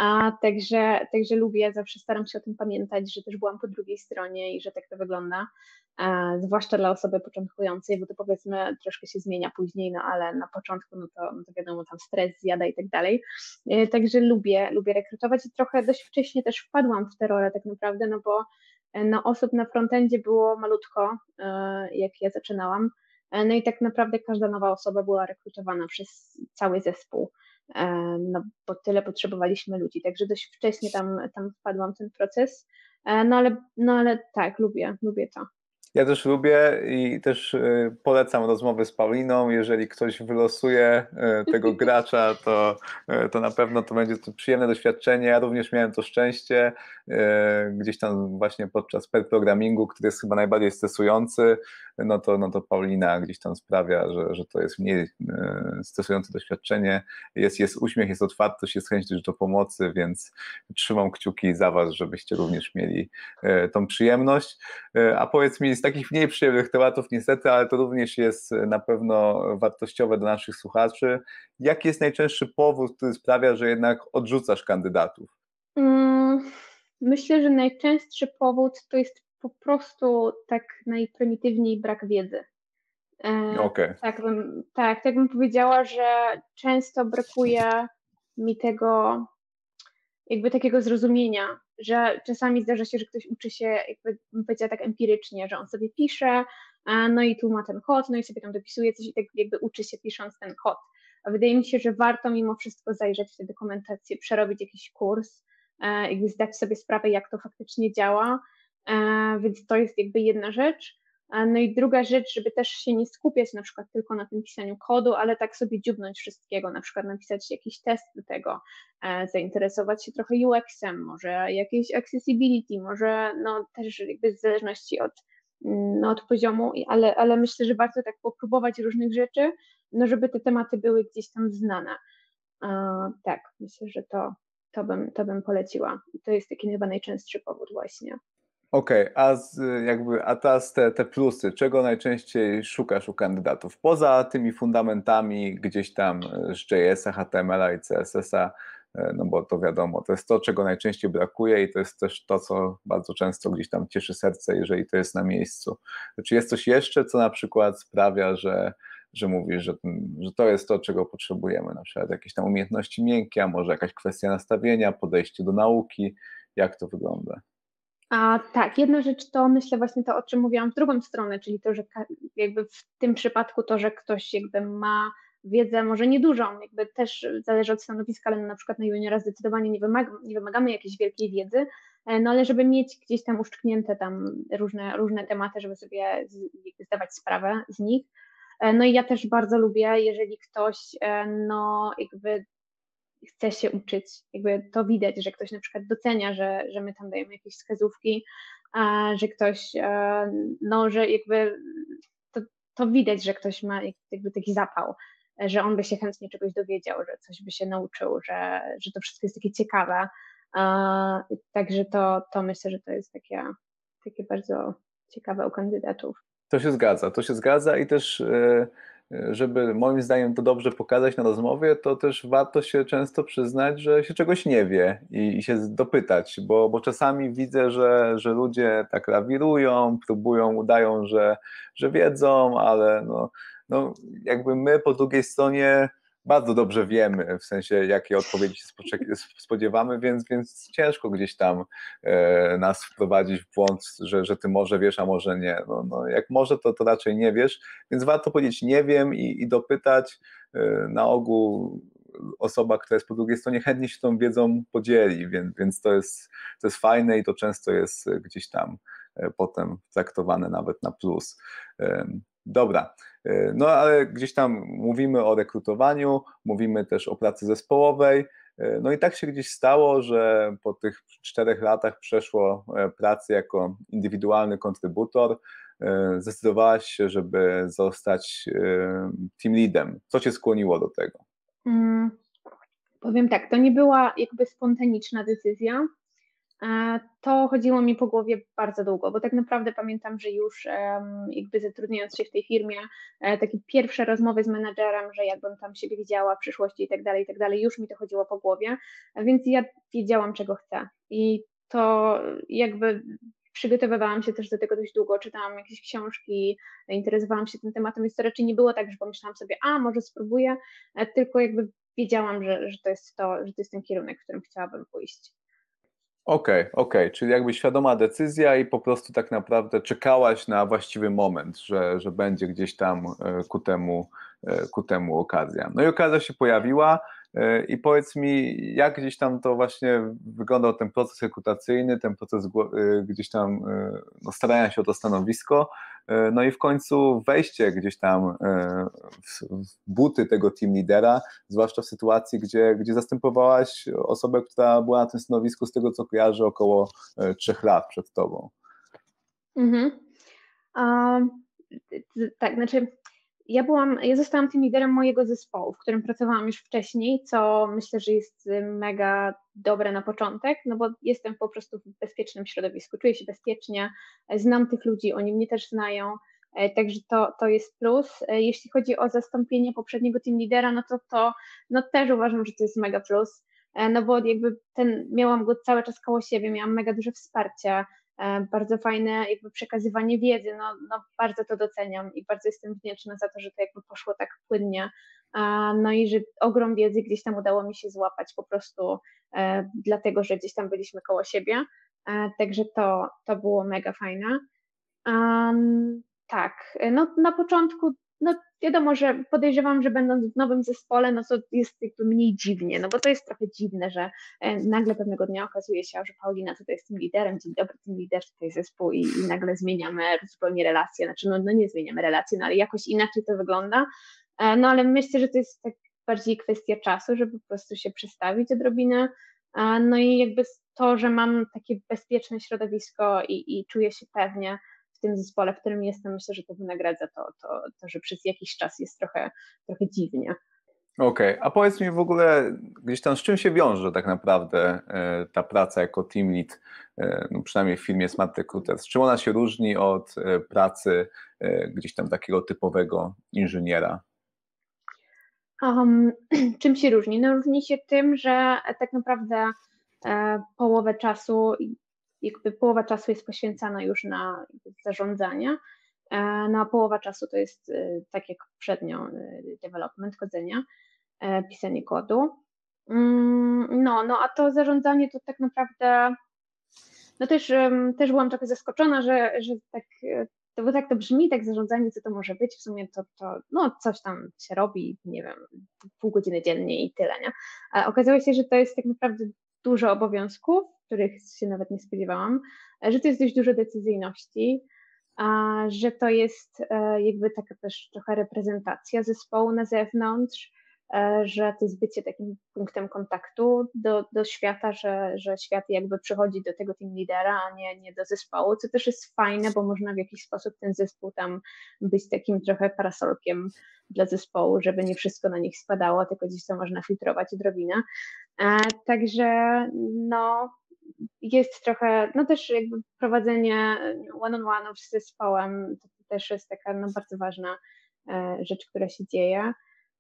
także lubię, zawsze staram się o tym pamiętać, że też byłam po drugiej stronie i że tak to wygląda, zwłaszcza dla osoby początkującej, bo to powiedzmy troszkę się zmienia później, no ale na początku no to wiadomo, tam stres zjada i tak dalej, także lubię rekrutować i trochę dość wcześnie też wpadłam w tę rolę tak naprawdę, no bo no, osób na frontendzie było malutko, jak ja zaczynałam. No i tak naprawdę każda nowa osoba była rekrutowana przez cały zespół, no bo tyle potrzebowaliśmy ludzi, także dość wcześnie tam wpadłam w ten proces. No ale tak, lubię to. Ja też lubię i też polecam rozmowy z Pauliną. Jeżeli ktoś wylosuje tego gracza, to na pewno to będzie to przyjemne doświadczenie. Ja również miałem to szczęście gdzieś tam właśnie podczas pair programmingu, który jest chyba najbardziej stresujący, no to Paulina gdzieś tam sprawia, że to jest mniej stresujące doświadczenie. Jest uśmiech, jest otwartość, jest chęć też do pomocy, więc trzymam kciuki za was, żebyście również mieli tą przyjemność. A powiedz mi, z takich mniej przyjemnych tematów niestety, ale to również jest na pewno wartościowe dla naszych słuchaczy. Jaki jest najczęstszy powód, który sprawia, że jednak odrzucasz kandydatów? Myślę, że najczęstszy powód to jest po prostu tak najprymitywniej brak wiedzy. Okej. Tak bym powiedziała, że często brakuje mi tego jakby takiego zrozumienia, że czasami zdarza się, że ktoś uczy się, jakby bym powiedziała tak empirycznie, że on sobie pisze, no i tu ma ten kod, no i sobie tam dopisuje coś i tak jakby uczy się pisząc ten kod. A wydaje mi się, że warto mimo wszystko zajrzeć w tę dokumentację, przerobić jakiś kurs, jakby zdać sobie sprawę, jak to faktycznie działa, więc to jest jakby jedna rzecz. No i druga rzecz, żeby też się nie skupiać na przykład tylko na tym pisaniu kodu, ale tak sobie dziubnąć wszystkiego, na przykład napisać jakiś test do tego, zainteresować się trochę UX-em, może jakieś accessibility, może no też jakby w zależności od poziomu, ale myślę, że warto tak popróbować różnych rzeczy, no żeby te tematy były gdzieś tam znane. Tak, myślę, że to bym poleciła. I to jest taki chyba najczęstszy powód właśnie. Okej, a teraz te plusy, czego najczęściej szukasz u kandydatów? Poza tymi fundamentami gdzieś tam z JS-a, HTML-a i CSS-a, no bo to wiadomo, to jest to, czego najczęściej brakuje i to jest też to, co bardzo często gdzieś tam cieszy serce, jeżeli to jest na miejscu. Czy jest coś jeszcze, co na przykład sprawia, że mówisz, że to jest to, czego potrzebujemy, na przykład jakieś tam umiejętności miękkie, a może jakaś kwestia nastawienia, podejście do nauki, jak to wygląda? Tak, jedna rzecz to myślę właśnie to, o czym mówiłam w drugą stronę, czyli to, że jakby w tym przypadku to, że ktoś jakby ma wiedzę, może niedużą, jakby też zależy od stanowiska, ale na przykład na juniora zdecydowanie nie wymagamy jakiejś wielkiej wiedzy, no ale żeby mieć gdzieś tam uszczknięte tam różne tematy, żeby sobie jakby zdawać sprawę z nich. No i ja też bardzo lubię, jeżeli ktoś no jakby chce się uczyć. Jakby to widać, że ktoś na przykład docenia, że my tam dajemy jakieś wskazówki, że ktoś, no, że jakby to widać, że ktoś ma jakby taki zapał, że on by się chętnie czegoś dowiedział, że coś by się nauczył, że to wszystko jest takie ciekawe. Także to myślę, że to jest takie bardzo ciekawe u kandydatów. To się zgadza i też żeby moim zdaniem to dobrze pokazać na rozmowie, to też warto się często przyznać, że się czegoś nie wie i się dopytać, bo czasami widzę, że ludzie tak lawirują, próbują, udają, że wiedzą, ale no jakby my po drugiej stronie bardzo dobrze wiemy, w sensie jakie odpowiedzi się spodziewamy, więc ciężko gdzieś tam nas wprowadzić w błąd, że ty może wiesz, a może nie. No, jak może, to raczej nie wiesz, więc warto powiedzieć nie wiem i dopytać. Na ogół osoba, która jest po drugiej stronie, chętnie się tą wiedzą podzieli, więc to jest fajne i to często jest gdzieś tam potem traktowane nawet na plus. Dobra, no ale gdzieś tam mówimy o rekrutowaniu, mówimy też o pracy zespołowej, no i tak się gdzieś stało, że po tych 4 latach przeszło pracy jako indywidualny kontrybutor, zdecydowałaś się, żeby zostać team leadem. Co cię skłoniło do tego? Powiem tak, to nie była jakby spontaniczna decyzja. To chodziło mi po głowie bardzo długo, bo tak naprawdę pamiętam, że już jakby zatrudniając się w tej firmie, takie pierwsze rozmowy z menadżerem, że jakbym tam siebie widziała w przyszłości i tak dalej, już mi to chodziło po głowie, więc ja wiedziałam, czego chcę i to jakby przygotowywałam się też do tego dość długo, czytałam jakieś książki, interesowałam się tym tematem, więc to raczej nie było tak, że pomyślałam sobie, może spróbuję, tylko jakby wiedziałam, że to jest że to jest ten kierunek, w którym chciałabym pójść. Okej, czyli jakby świadoma decyzja i po prostu tak naprawdę czekałaś na właściwy moment, że będzie gdzieś tam ku temu okazja. No i okazja się pojawiła i powiedz mi, jak gdzieś tam to właśnie wyglądał ten proces rekrutacyjny, ten proces gdzieś tam starania się o to stanowisko, no i w końcu wejście gdzieś tam w buty tego team lidera, zwłaszcza w sytuacji, gdzie zastępowałaś osobę, która była na tym stanowisku, z tego co kojarzę, około 3 lat przed tobą. Mhm. Tak, znaczy ja zostałam tym liderem mojego zespołu, w którym pracowałam już wcześniej, co myślę, że jest mega dobre na początek, no bo jestem po prostu w bezpiecznym środowisku, czuję się bezpiecznie, znam tych ludzi, oni mnie też znają, także to jest plus. Jeśli chodzi o zastąpienie poprzedniego team lidera, no też uważam, że to jest mega plus, no bo jakby miałam go cały czas koło siebie, miałam mega duże wsparcie, bardzo fajne jakby przekazywanie wiedzy, no bardzo to doceniam i bardzo jestem wdzięczna za to, że to jakby poszło tak płynnie, no i że ogrom wiedzy gdzieś tam udało mi się złapać po prostu dlatego, że gdzieś tam byliśmy koło siebie, także to było mega fajne. Tak, no na początku, no wiadomo, że podejrzewam, że będąc w nowym zespole, no to jest jakby mniej dziwnie, no bo to jest trochę dziwne, że nagle pewnego dnia okazuje się, że Paulina tutaj jest tym liderem, dzień dobry, tym lider tutaj zespół i nagle zmieniamy zupełnie relacje, znaczy no nie zmieniamy relacji, no ale jakoś inaczej to wygląda, no ale myślę, że to jest tak bardziej kwestia czasu, żeby po prostu się przestawić odrobinę, no i jakby to, że mam takie bezpieczne środowisko i czuję się pewnie w tym zespole, w którym jestem, myślę, że to wynagradza to, że przez jakiś czas jest trochę dziwnie. Okej, a powiedz mi w ogóle gdzieś tam z czym się wiąże tak naprawdę ta praca jako team lead, no przynajmniej w firmie Smart Recruiters. Czym ona się różni od pracy gdzieś tam takiego typowego inżyniera? Czym się różni? No różni się tym, że tak naprawdę połowa czasu jest poświęcana już na zarządzanie, no a połowa czasu to jest tak jak poprzednio development, kodzenie, pisanie kodu. No a to zarządzanie to tak naprawdę, no też byłam trochę zaskoczona, że tak, bo tak to brzmi, tak zarządzanie, co to może być, w sumie to no coś tam się robi, nie wiem, pół godziny dziennie i tyle, nie? A okazało się, że to jest tak naprawdę dużo obowiązków, których się nawet nie spodziewałam, że to jest dość dużo decyzyjności, że to jest jakby taka też trochę reprezentacja zespołu na zewnątrz, że to jest bycie takim punktem kontaktu do świata, że świat jakby przychodzi do tego team lidera, a nie do zespołu, co też jest fajne, bo można w jakiś sposób ten zespół tam być takim trochę parasolkiem dla zespołu, żeby nie wszystko na nich spadało, tylko gdzieś to można filtrować odrobinę. Także no jest trochę, no też jakby prowadzenie one-on-one'ów z zespołem, to też jest taka no, bardzo ważna rzecz, która się dzieje.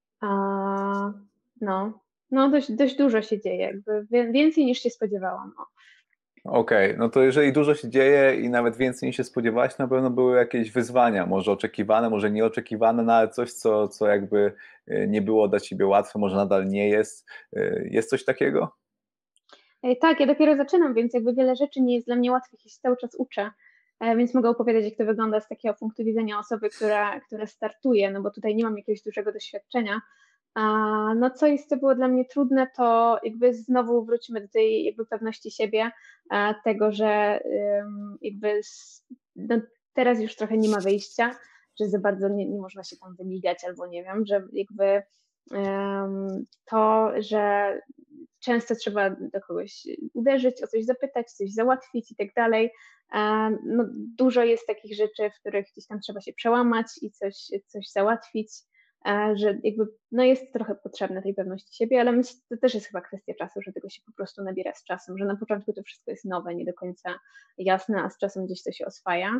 No dość dużo się dzieje, jakby więcej niż się spodziewałam. Okej, no to jeżeli dużo się dzieje i nawet więcej niż się spodziewałaś, na pewno były jakieś wyzwania, może oczekiwane, może nieoczekiwane, no ale coś, co jakby nie było dla ciebie łatwe, może nadal nie jest. Jest coś takiego? Tak, ja dopiero zaczynam, więc jakby wiele rzeczy nie jest dla mnie łatwych i się cały czas uczę, więc mogę opowiadać, jak to wygląda z takiego punktu widzenia osoby, która startuje, no bo tutaj nie mam jakiegoś dużego doświadczenia. No co było dla mnie trudne, to jakby znowu wrócimy do tej jakby pewności siebie, tego, że jakby no teraz już trochę nie ma wyjścia, że za bardzo nie można się tam wymigać albo nie wiem, że jakby to, że często trzeba do kogoś uderzyć, o coś zapytać, coś załatwić i tak dalej. No, dużo jest takich rzeczy, w których gdzieś tam trzeba się przełamać i coś załatwić, że jakby no jest trochę potrzebne tej pewności siebie, ale myślę, że to też jest chyba kwestia czasu, że tego się po prostu nabiera z czasem, że na początku to wszystko jest nowe, nie do końca jasne, a z czasem gdzieś to się oswaja.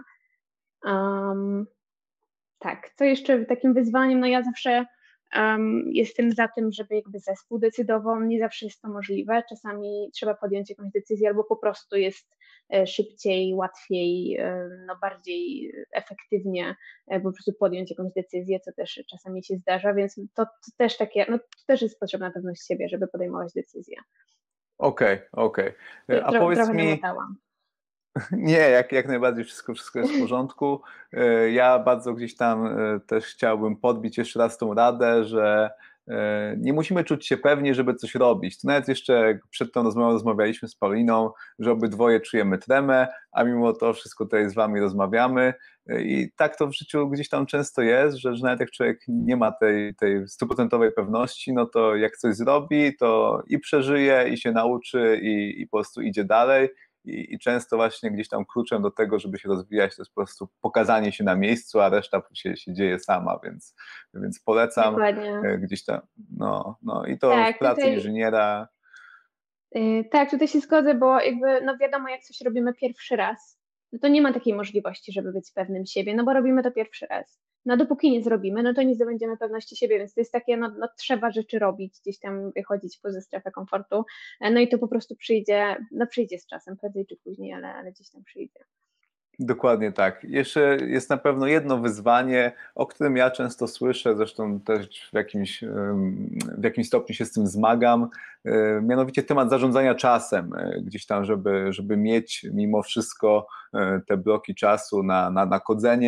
Tak, co jeszcze takim wyzwaniem, no ja zawsze jestem za tym, żeby jakby zespół decydował, nie zawsze jest to możliwe, czasami trzeba podjąć jakąś decyzję albo po prostu jest szybciej, łatwiej, no bardziej efektywnie po prostu podjąć jakąś decyzję, co też czasami się zdarza, więc to też takie, no to też jest potrzebna pewność siebie, żeby podejmować decyzje. Okej. A powiedz trochę mi, namotałam. nie, jak najbardziej wszystko jest w porządku. Ja bardzo gdzieś tam też chciałbym podbić jeszcze raz tą radę, że nie musimy czuć się pewnie, żeby coś robić. To nawet jeszcze przed tą rozmową rozmawialiśmy z Pauliną, że obydwoje czujemy tremę, a mimo to wszystko tutaj z wami rozmawiamy i tak to w życiu gdzieś tam często jest, że nawet jak człowiek nie ma tej 100% pewności, no to jak coś zrobi, to i przeżyje, i się nauczy, i po prostu idzie dalej. I często właśnie gdzieś tam kluczem do tego, żeby się rozwijać, to jest po prostu pokazanie się na miejscu, a reszta się dzieje sama, więc polecam. Dokładnie. Gdzieś tam, no i to w Tak, pracy inżyniera. Tak, tutaj się zgodzę, bo jakby, no wiadomo, jak coś robimy pierwszy raz, no to nie ma takiej możliwości, żeby być pewnym siebie, no bo robimy to pierwszy raz. No dopóki nie zrobimy, no to nie zdobędziemy pewności siebie, więc to jest takie, no trzeba rzeczy robić, gdzieś tam wychodzić poza strefę komfortu, no i to po prostu przyjdzie z czasem, prędzej czy później, ale gdzieś tam przyjdzie. Dokładnie tak. Jeszcze jest na pewno jedno wyzwanie, o którym ja często słyszę, zresztą też w jakimś stopniu się z tym zmagam, mianowicie temat zarządzania czasem, gdzieś tam, żeby mieć mimo wszystko te bloki czasu na kodzenie,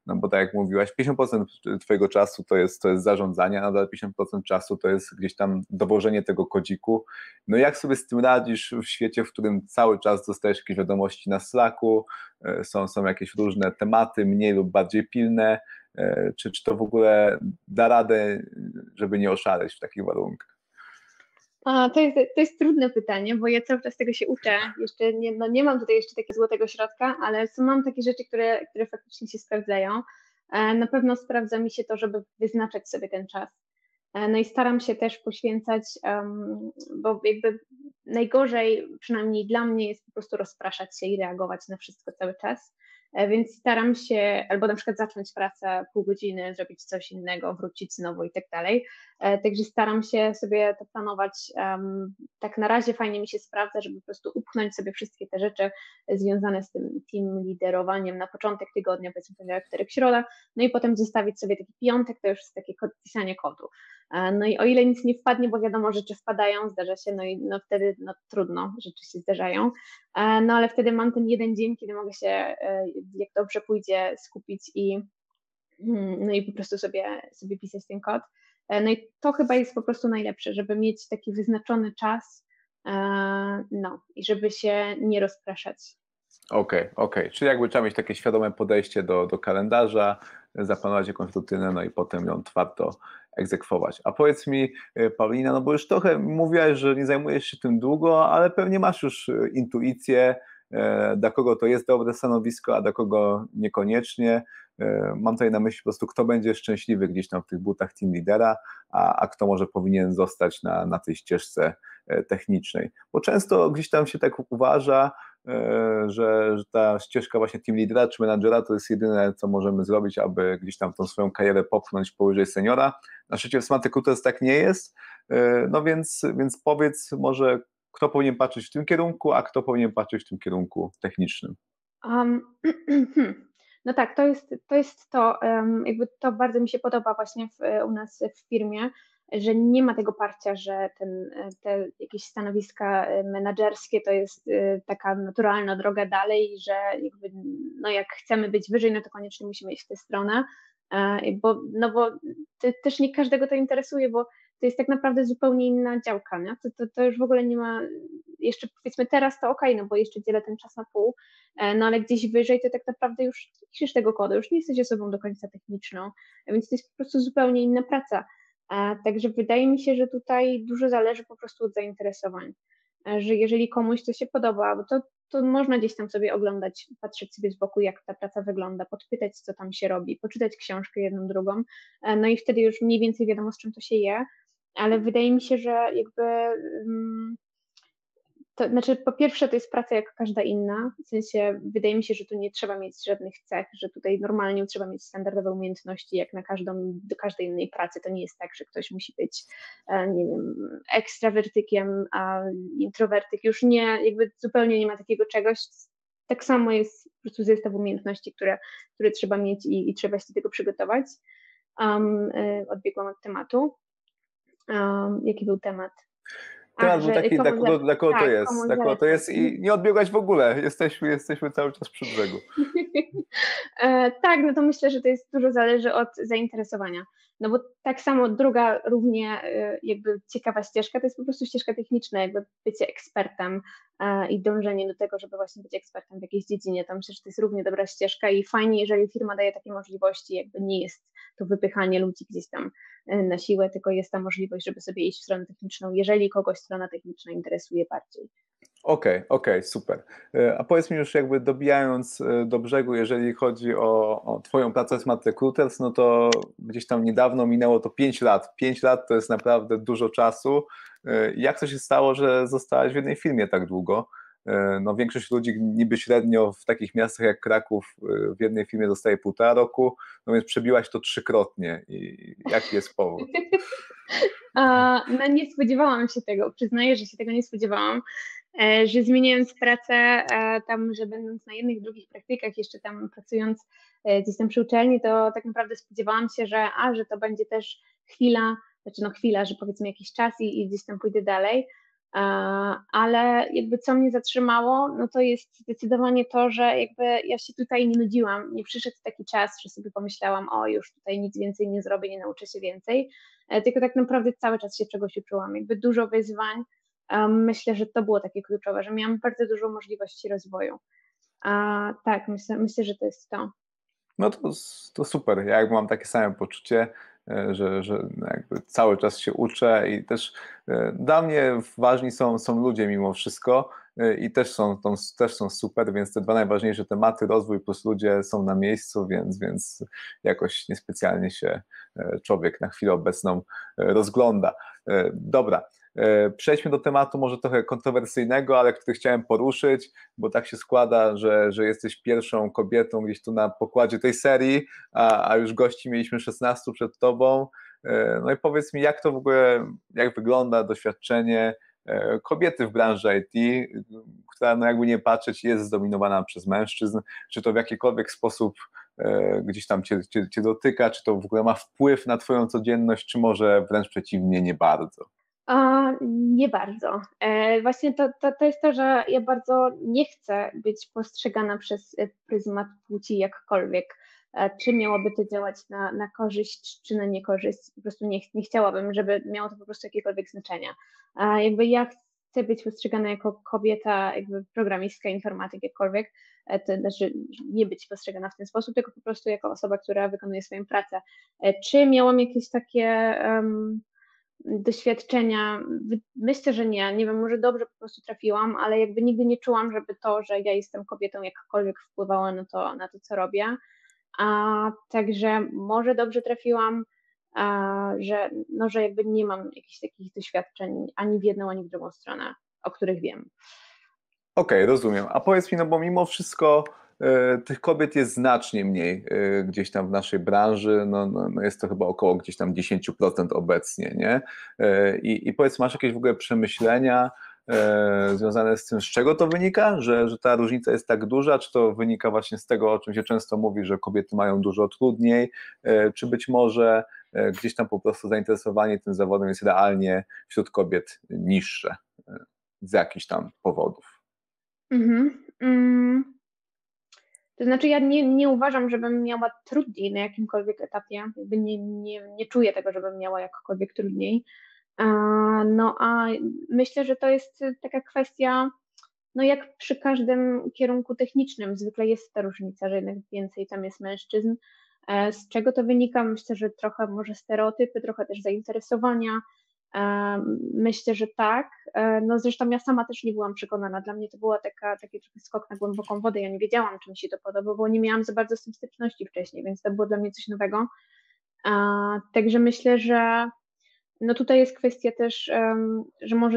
no bo tak jak mówiłaś, 50% twojego czasu to jest zarządzanie, a nadal 50% czasu to jest gdzieś tam dowożenie tego kodziku. No jak sobie z tym radzisz w świecie, w którym cały czas dostajesz jakieś wiadomości na Slacku, są jakieś różne tematy, mniej lub bardziej pilne, czy to w ogóle da radę, żeby nie oszaleć w takich warunkach? To jest trudne pytanie, bo ja cały czas tego się uczę. Jeszcze nie mam tutaj jeszcze takiego złotego środka, ale mam takie rzeczy, które faktycznie się sprawdzają. Na pewno sprawdza mi się to, żeby wyznaczać sobie ten czas. No i staram się też poświęcać, bo jakby najgorzej, przynajmniej dla mnie, jest po prostu rozpraszać się i reagować na wszystko cały czas. Więc staram się albo na przykład zacząć pracę pół godziny, zrobić coś innego, wrócić znowu i tak dalej. Także staram się sobie to planować. Tak na razie fajnie mi się sprawdza, żeby po prostu upchnąć sobie wszystkie te rzeczy związane z tym team liderowaniem na początek tygodnia, powiedzmy poniedziałek, wtorek, środa, no i potem zostawić sobie taki piątek, to już jest takie pisanie kodu. No i o ile nic nie wpadnie, bo wiadomo, rzeczy wpadają, zdarza się, no i wtedy trudno, rzeczy się zdarzają, no ale wtedy mam ten jeden dzień, kiedy mogę się, jak dobrze pójdzie, skupić no i po prostu sobie pisać ten kod. No i to chyba jest po prostu najlepsze, żeby mieć taki wyznaczony czas, no i żeby się nie rozpraszać. Okej. Czyli jakby trzeba mieć takie świadome podejście do kalendarza, zaplanować jakąś rutynę, no i potem ją twardo egzekwować. A powiedz mi, Paulina, no bo już trochę mówiłaś, że nie zajmujesz się tym długo, ale pewnie masz już intuicję, dla kogo to jest dobre stanowisko, a dla kogo niekoniecznie. Mam tutaj na myśli po prostu, kto będzie szczęśliwy gdzieś tam w tych butach team lidera, a kto może powinien zostać na tej ścieżce technicznej. Bo często gdzieś tam się tak uważa, że ta ścieżka właśnie team lidera czy menadżera to jest jedyne, co możemy zrobić, aby gdzieś tam tą swoją karierę popchnąć powyżej seniora. Na szczęście w Smart Recruiters tak nie jest, no więc powiedz może, kto powinien patrzeć w tym kierunku, a kto powinien patrzeć w tym kierunku technicznym. No tak, to jest jakby to bardzo mi się podoba właśnie u nas w firmie, że nie ma tego parcia, że te jakieś stanowiska menedżerskie to jest taka naturalna droga dalej, że jakby, no jak chcemy być wyżej, no to koniecznie musimy iść w tę stronę, bo też nie każdego to interesuje, bo to jest tak naprawdę zupełnie inna działka, nie? To już w ogóle nie ma, jeszcze powiedzmy teraz to okej, no bo jeszcze dzielę ten czas na pół, no ale gdzieś wyżej to tak naprawdę już piszesz tego kodu, już nie jesteś osobą do końca techniczną, więc to jest po prostu zupełnie inna praca. Także wydaje mi się, że tutaj dużo zależy po prostu od zainteresowań, że jeżeli komuś to się podoba, bo to można gdzieś tam sobie oglądać, patrzeć sobie z boku, jak ta praca wygląda, podpytać, co tam się robi, poczytać książkę jedną, drugą, no i wtedy już mniej więcej wiadomo, z czym to się je, ale wydaje mi się, że jakby to znaczy, po pierwsze, to jest praca jak każda inna, w sensie wydaje mi się, że tu nie trzeba mieć żadnych cech, że tutaj normalnie trzeba mieć standardowe umiejętności jak do każdej innej pracy. To nie jest tak, że ktoś musi być, nie wiem, ekstrawertykiem, a introwertyk już nie, jakby zupełnie nie ma takiego czegoś. Tak samo jest po prostu zestaw umiejętności, które trzeba mieć i trzeba się do tego przygotować. Odbiegłam od tematu. Jaki był temat? Temat był taki, dla kogo to tak, jest, dla kogo to jest i nie odbiegłaś w ogóle, jesteśmy cały czas przy brzegu. Tak, no to myślę, że to jest dużo zależy od zainteresowania, no bo tak samo druga równie jakby ciekawa ścieżka to jest po prostu ścieżka techniczna, jakby bycie ekspertem i dążenie do tego, żeby właśnie być ekspertem w jakiejś dziedzinie, to myślę, że to jest równie dobra ścieżka i fajnie, jeżeli firma daje takie możliwości, jakby nie jest to wypychanie ludzi gdzieś tam na siłę, tylko jest ta możliwość, żeby sobie iść w stronę techniczną, jeżeli kogoś strona techniczna interesuje bardziej. Okej, super. A powiedz mi już jakby dobijając do brzegu, jeżeli chodzi o Twoją pracę w Smart Recruiters, no to gdzieś tam niedawno minęło to 5 lat. 5 lat to jest naprawdę dużo czasu. Jak to się stało, że zostałaś w jednej firmie tak długo? No większość ludzi niby średnio w takich miastach jak Kraków w jednej firmie zostaje 1,5 roku, no więc przebiłaś to 3-krotnie. I jaki jest powód? No nie spodziewałam się tego, przyznaję, że się tego nie spodziewałam, że zmieniając pracę tam, że będąc na jednych, drugich praktykach, jeszcze tam pracując gdzieś tam przy uczelni, to tak naprawdę spodziewałam się, że to będzie też chwila, że powiedzmy jakiś czas i gdzieś tam pójdę dalej, Ale jakby co mnie zatrzymało, no to jest zdecydowanie to, że jakby ja się tutaj nie nudziłam, nie przyszedł taki czas, że sobie pomyślałam, o już tutaj nic więcej nie zrobię, nie nauczę się więcej, tylko tak naprawdę cały czas się czegoś uczyłam, jakby dużo wyzwań. Myślę, że to było takie kluczowe, że miałam bardzo dużo możliwości rozwoju. Tak, myślę, że to jest to. No to super. Ja jakby mam takie same poczucie, że jakby cały czas się uczę i też dla mnie ważni są ludzie mimo wszystko i też są super, więc te dwa najważniejsze tematy, rozwój plus ludzie są na miejscu, więc jakoś niespecjalnie się człowiek na chwilę obecną rozgląda. Dobra. Przejdźmy do tematu może trochę kontrowersyjnego, ale który chciałem poruszyć, bo tak się składa, że jesteś pierwszą kobietą gdzieś tu na pokładzie tej serii, a już gości mieliśmy 16 przed tobą. No i powiedz mi, jak to w ogóle, jak wygląda doświadczenie kobiety w branży IT, która no jakby nie patrzeć jest zdominowana przez mężczyzn, czy to w jakikolwiek sposób gdzieś tam cię dotyka, czy to w ogóle ma wpływ na twoją codzienność, czy może wręcz przeciwnie, nie bardzo? Nie bardzo. Właśnie to jest to, że ja bardzo nie chcę być postrzegana przez pryzmat płci jakkolwiek. Czy miałoby to działać na korzyść, czy na niekorzyść. Po prostu nie chciałabym, żeby miało to po prostu jakiekolwiek znaczenia. Jakby ja chcę być postrzegana jako kobieta, jakby programistka, informatyk, jakkolwiek, to znaczy nie być postrzegana w ten sposób, tylko po prostu jako osoba, która wykonuje swoją pracę. Czy miałam jakieś takie doświadczenia? Myślę, że nie. Nie wiem, może dobrze po prostu trafiłam, ale jakby nigdy nie czułam, żeby to, że ja jestem kobietą, jakkolwiek wpływało na to, co robię. Także może dobrze trafiłam, że jakby nie mam jakichś takich doświadczeń ani w jedną, ani w drugą stronę, o których wiem. Okej, rozumiem. A powiedz mi, no bo mimo wszystko tych kobiet jest znacznie mniej gdzieś tam w naszej branży, no jest to chyba około gdzieś tam 10% obecnie, nie? I powiedz, masz jakieś w ogóle przemyślenia związane z tym, z czego to wynika, że ta różnica jest tak duża, czy to wynika właśnie z tego, o czym się często mówi, że kobiety mają dużo trudniej, czy być może gdzieś tam po prostu zainteresowanie tym zawodem jest realnie wśród kobiet niższe z jakichś tam powodów? Mhm. To znaczy ja nie uważam, żebym miała trudniej na jakimkolwiek etapie. Jakby nie czuję tego, żebym miała jakkolwiek trudniej. No a myślę, że to jest taka kwestia, no jak przy każdym kierunku technicznym, zwykle jest ta różnica, że jednak więcej tam jest mężczyzn. Z czego to wynika? Myślę, że trochę może stereotypy, trochę też zainteresowania. Myślę, że tak. No zresztą ja sama też nie byłam przekonana. Dla mnie to była taki trochę skok na głęboką wodę. Ja nie wiedziałam, czy mi się to podoba, bo nie miałam za bardzo z tym styczności wcześniej, więc to było dla mnie coś nowego. Także myślę, że no tutaj jest kwestia też, że może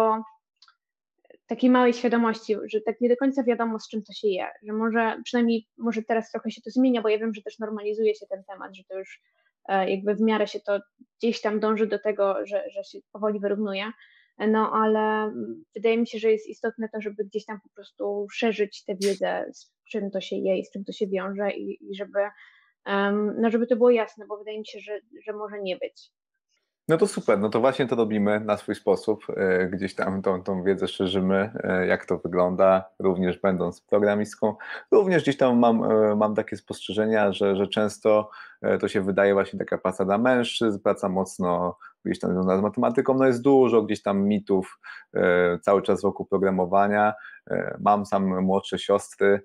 takiej małej świadomości, że tak nie do końca wiadomo, z czym to się je, że przynajmniej może teraz trochę się to zmienia, bo ja wiem, że też normalizuje się ten temat, że to już jakby w miarę się to gdzieś tam dąży do tego, że się powoli wyrównuje, no ale wydaje mi się, że jest istotne to, żeby gdzieś tam po prostu szerzyć tę wiedzę, z czym to się je i z czym to się wiąże i żeby, no żeby to było jasne, bo wydaje mi się, że może nie być. No to super, no to właśnie to robimy na swój sposób, gdzieś tam tą wiedzę szerzymy, jak to wygląda, również będąc programistką. Również gdzieś tam mam takie spostrzeżenia, że często to się wydaje właśnie taka praca dla mężczyzn, praca mocno gdzieś tam związana z matematyką, no jest dużo gdzieś tam mitów cały czas wokół programowania. Mam sam młodsze siostry,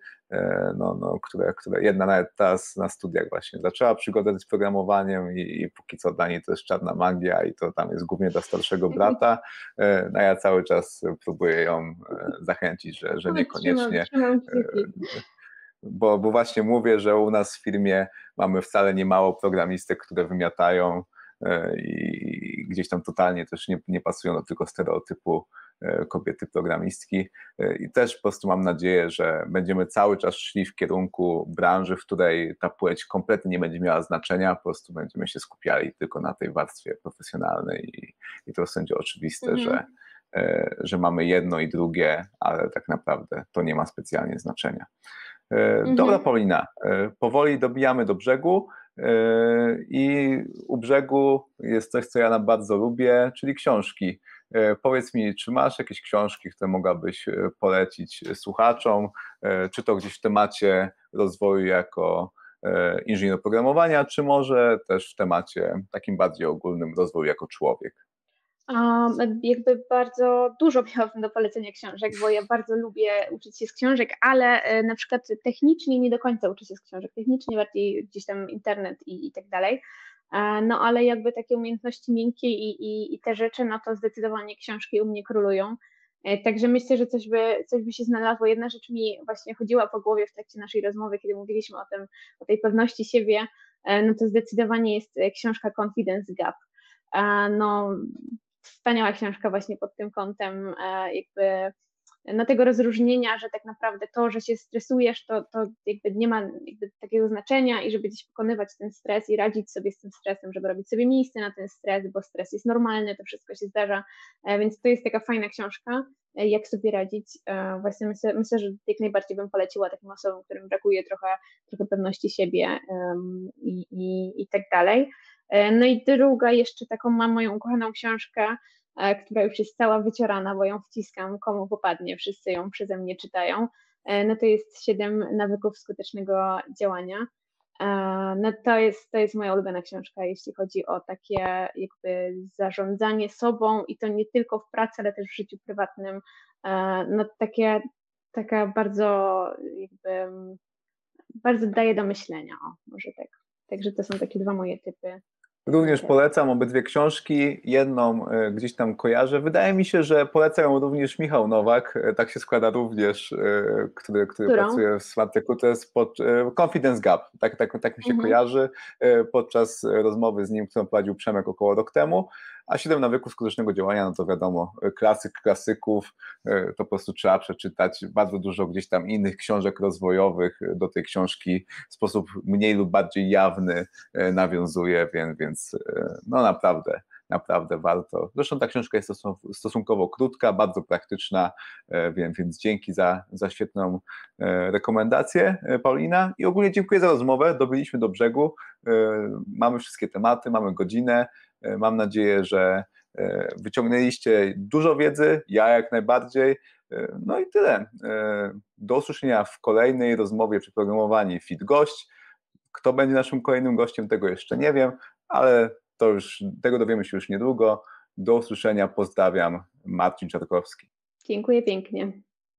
które jedna nawet teraz na studiach właśnie zaczęła przygodę z programowaniem i póki co dla niej to jest czarna magia i to tam jest głównie dla starszego brata, no ja cały czas próbuję ją zachęcić, że niekoniecznie, Trzymam kciuki. bo właśnie mówię, że u nas w firmie mamy wcale nie mało programistek, które wymiatają i gdzieś tam totalnie też nie pasują do tylko stereotypu kobiety programistki i też po prostu mam nadzieję, że będziemy cały czas szli w kierunku branży, w której ta płeć kompletnie nie będzie miała znaczenia, po prostu będziemy się skupiali tylko na tej warstwie profesjonalnej i to będzie oczywiste, że mamy jedno i drugie, ale tak naprawdę to nie ma specjalnie znaczenia. Dobra, Paulina, powoli dobijamy do brzegu. I u brzegu jest coś, co ja bardzo lubię, czyli książki. Powiedz mi, czy masz jakieś książki, które mogłabyś polecić słuchaczom, czy to gdzieś w temacie rozwoju jako inżynier oprogramowania, czy może też w temacie takim bardziej ogólnym rozwoju jako człowiek? Jakby bardzo dużo miałabym do polecenia książek, bo ja bardzo lubię uczyć się z książek, ale na przykład technicznie nie do końca uczę się z książek, technicznie bardziej gdzieś tam internet i tak dalej. No ale jakby takie umiejętności miękkie i te rzeczy, no to zdecydowanie książki u mnie królują. Także myślę, że coś by się znalazło. Jedna rzecz mi właśnie chodziła po głowie w trakcie naszej rozmowy, kiedy mówiliśmy o tej pewności siebie, no to zdecydowanie jest książka Confidence Gap. No, wspaniała książka właśnie pod tym kątem jakby no tego rozróżnienia, że tak naprawdę to, że się stresujesz, to jakby nie ma jakby takiego znaczenia i żeby gdzieś pokonywać ten stres i radzić sobie z tym stresem, żeby robić sobie miejsce na ten stres, bo stres jest normalny, to wszystko się zdarza, więc to jest taka fajna książka, jak sobie radzić. Właśnie myślę, że jak najbardziej bym poleciła takim osobom, którym brakuje trochę pewności siebie i tak dalej. No i druga jeszcze taką mam moją ukochaną książkę, która już jest cała wyciorana, bo ją wciskam komu popadnie, wszyscy ją przeze mnie czytają. No to jest 7 nawyków skutecznego działania. No to jest moja ulubiona książka, jeśli chodzi o takie jakby zarządzanie sobą i to nie tylko w pracy, ale też w życiu prywatnym. No taka bardzo daje do myślenia, o może tak. Także to są takie 2 moje typy. Również polecam obydwie książki, jedną gdzieś tam kojarzę. Wydaje mi się, że poleca ją również Michał Nowak, tak się składa również, który pracuje w Smart Recruiters, pod Confidence Gap, tak mi się kojarzy, podczas rozmowy z nim, którą prowadził Przemek około rok temu, a 7 nawyków skutecznego działania, no to wiadomo, klasyk klasyków, to po prostu trzeba przeczytać bardzo dużo gdzieś tam innych książek rozwojowych, do tej książki w sposób mniej lub bardziej jawny nawiązuje, więc no naprawdę warto. Zresztą ta książka jest stosunkowo krótka, bardzo praktyczna, więc dzięki za świetną rekomendację, Paulina. I ogólnie dziękuję za rozmowę, dobyliśmy do brzegu, mamy wszystkie tematy, mamy godzinę. Mam nadzieję, że wyciągnęliście dużo wiedzy, ja jak najbardziej. No i tyle. Do usłyszenia w kolejnej rozmowie przy programowaniu Fit Gość. Kto będzie naszym kolejnym gościem, tego jeszcze nie wiem, ale tego dowiemy się już niedługo. Do usłyszenia, pozdrawiam, Marcin Czarkowski. Dziękuję pięknie.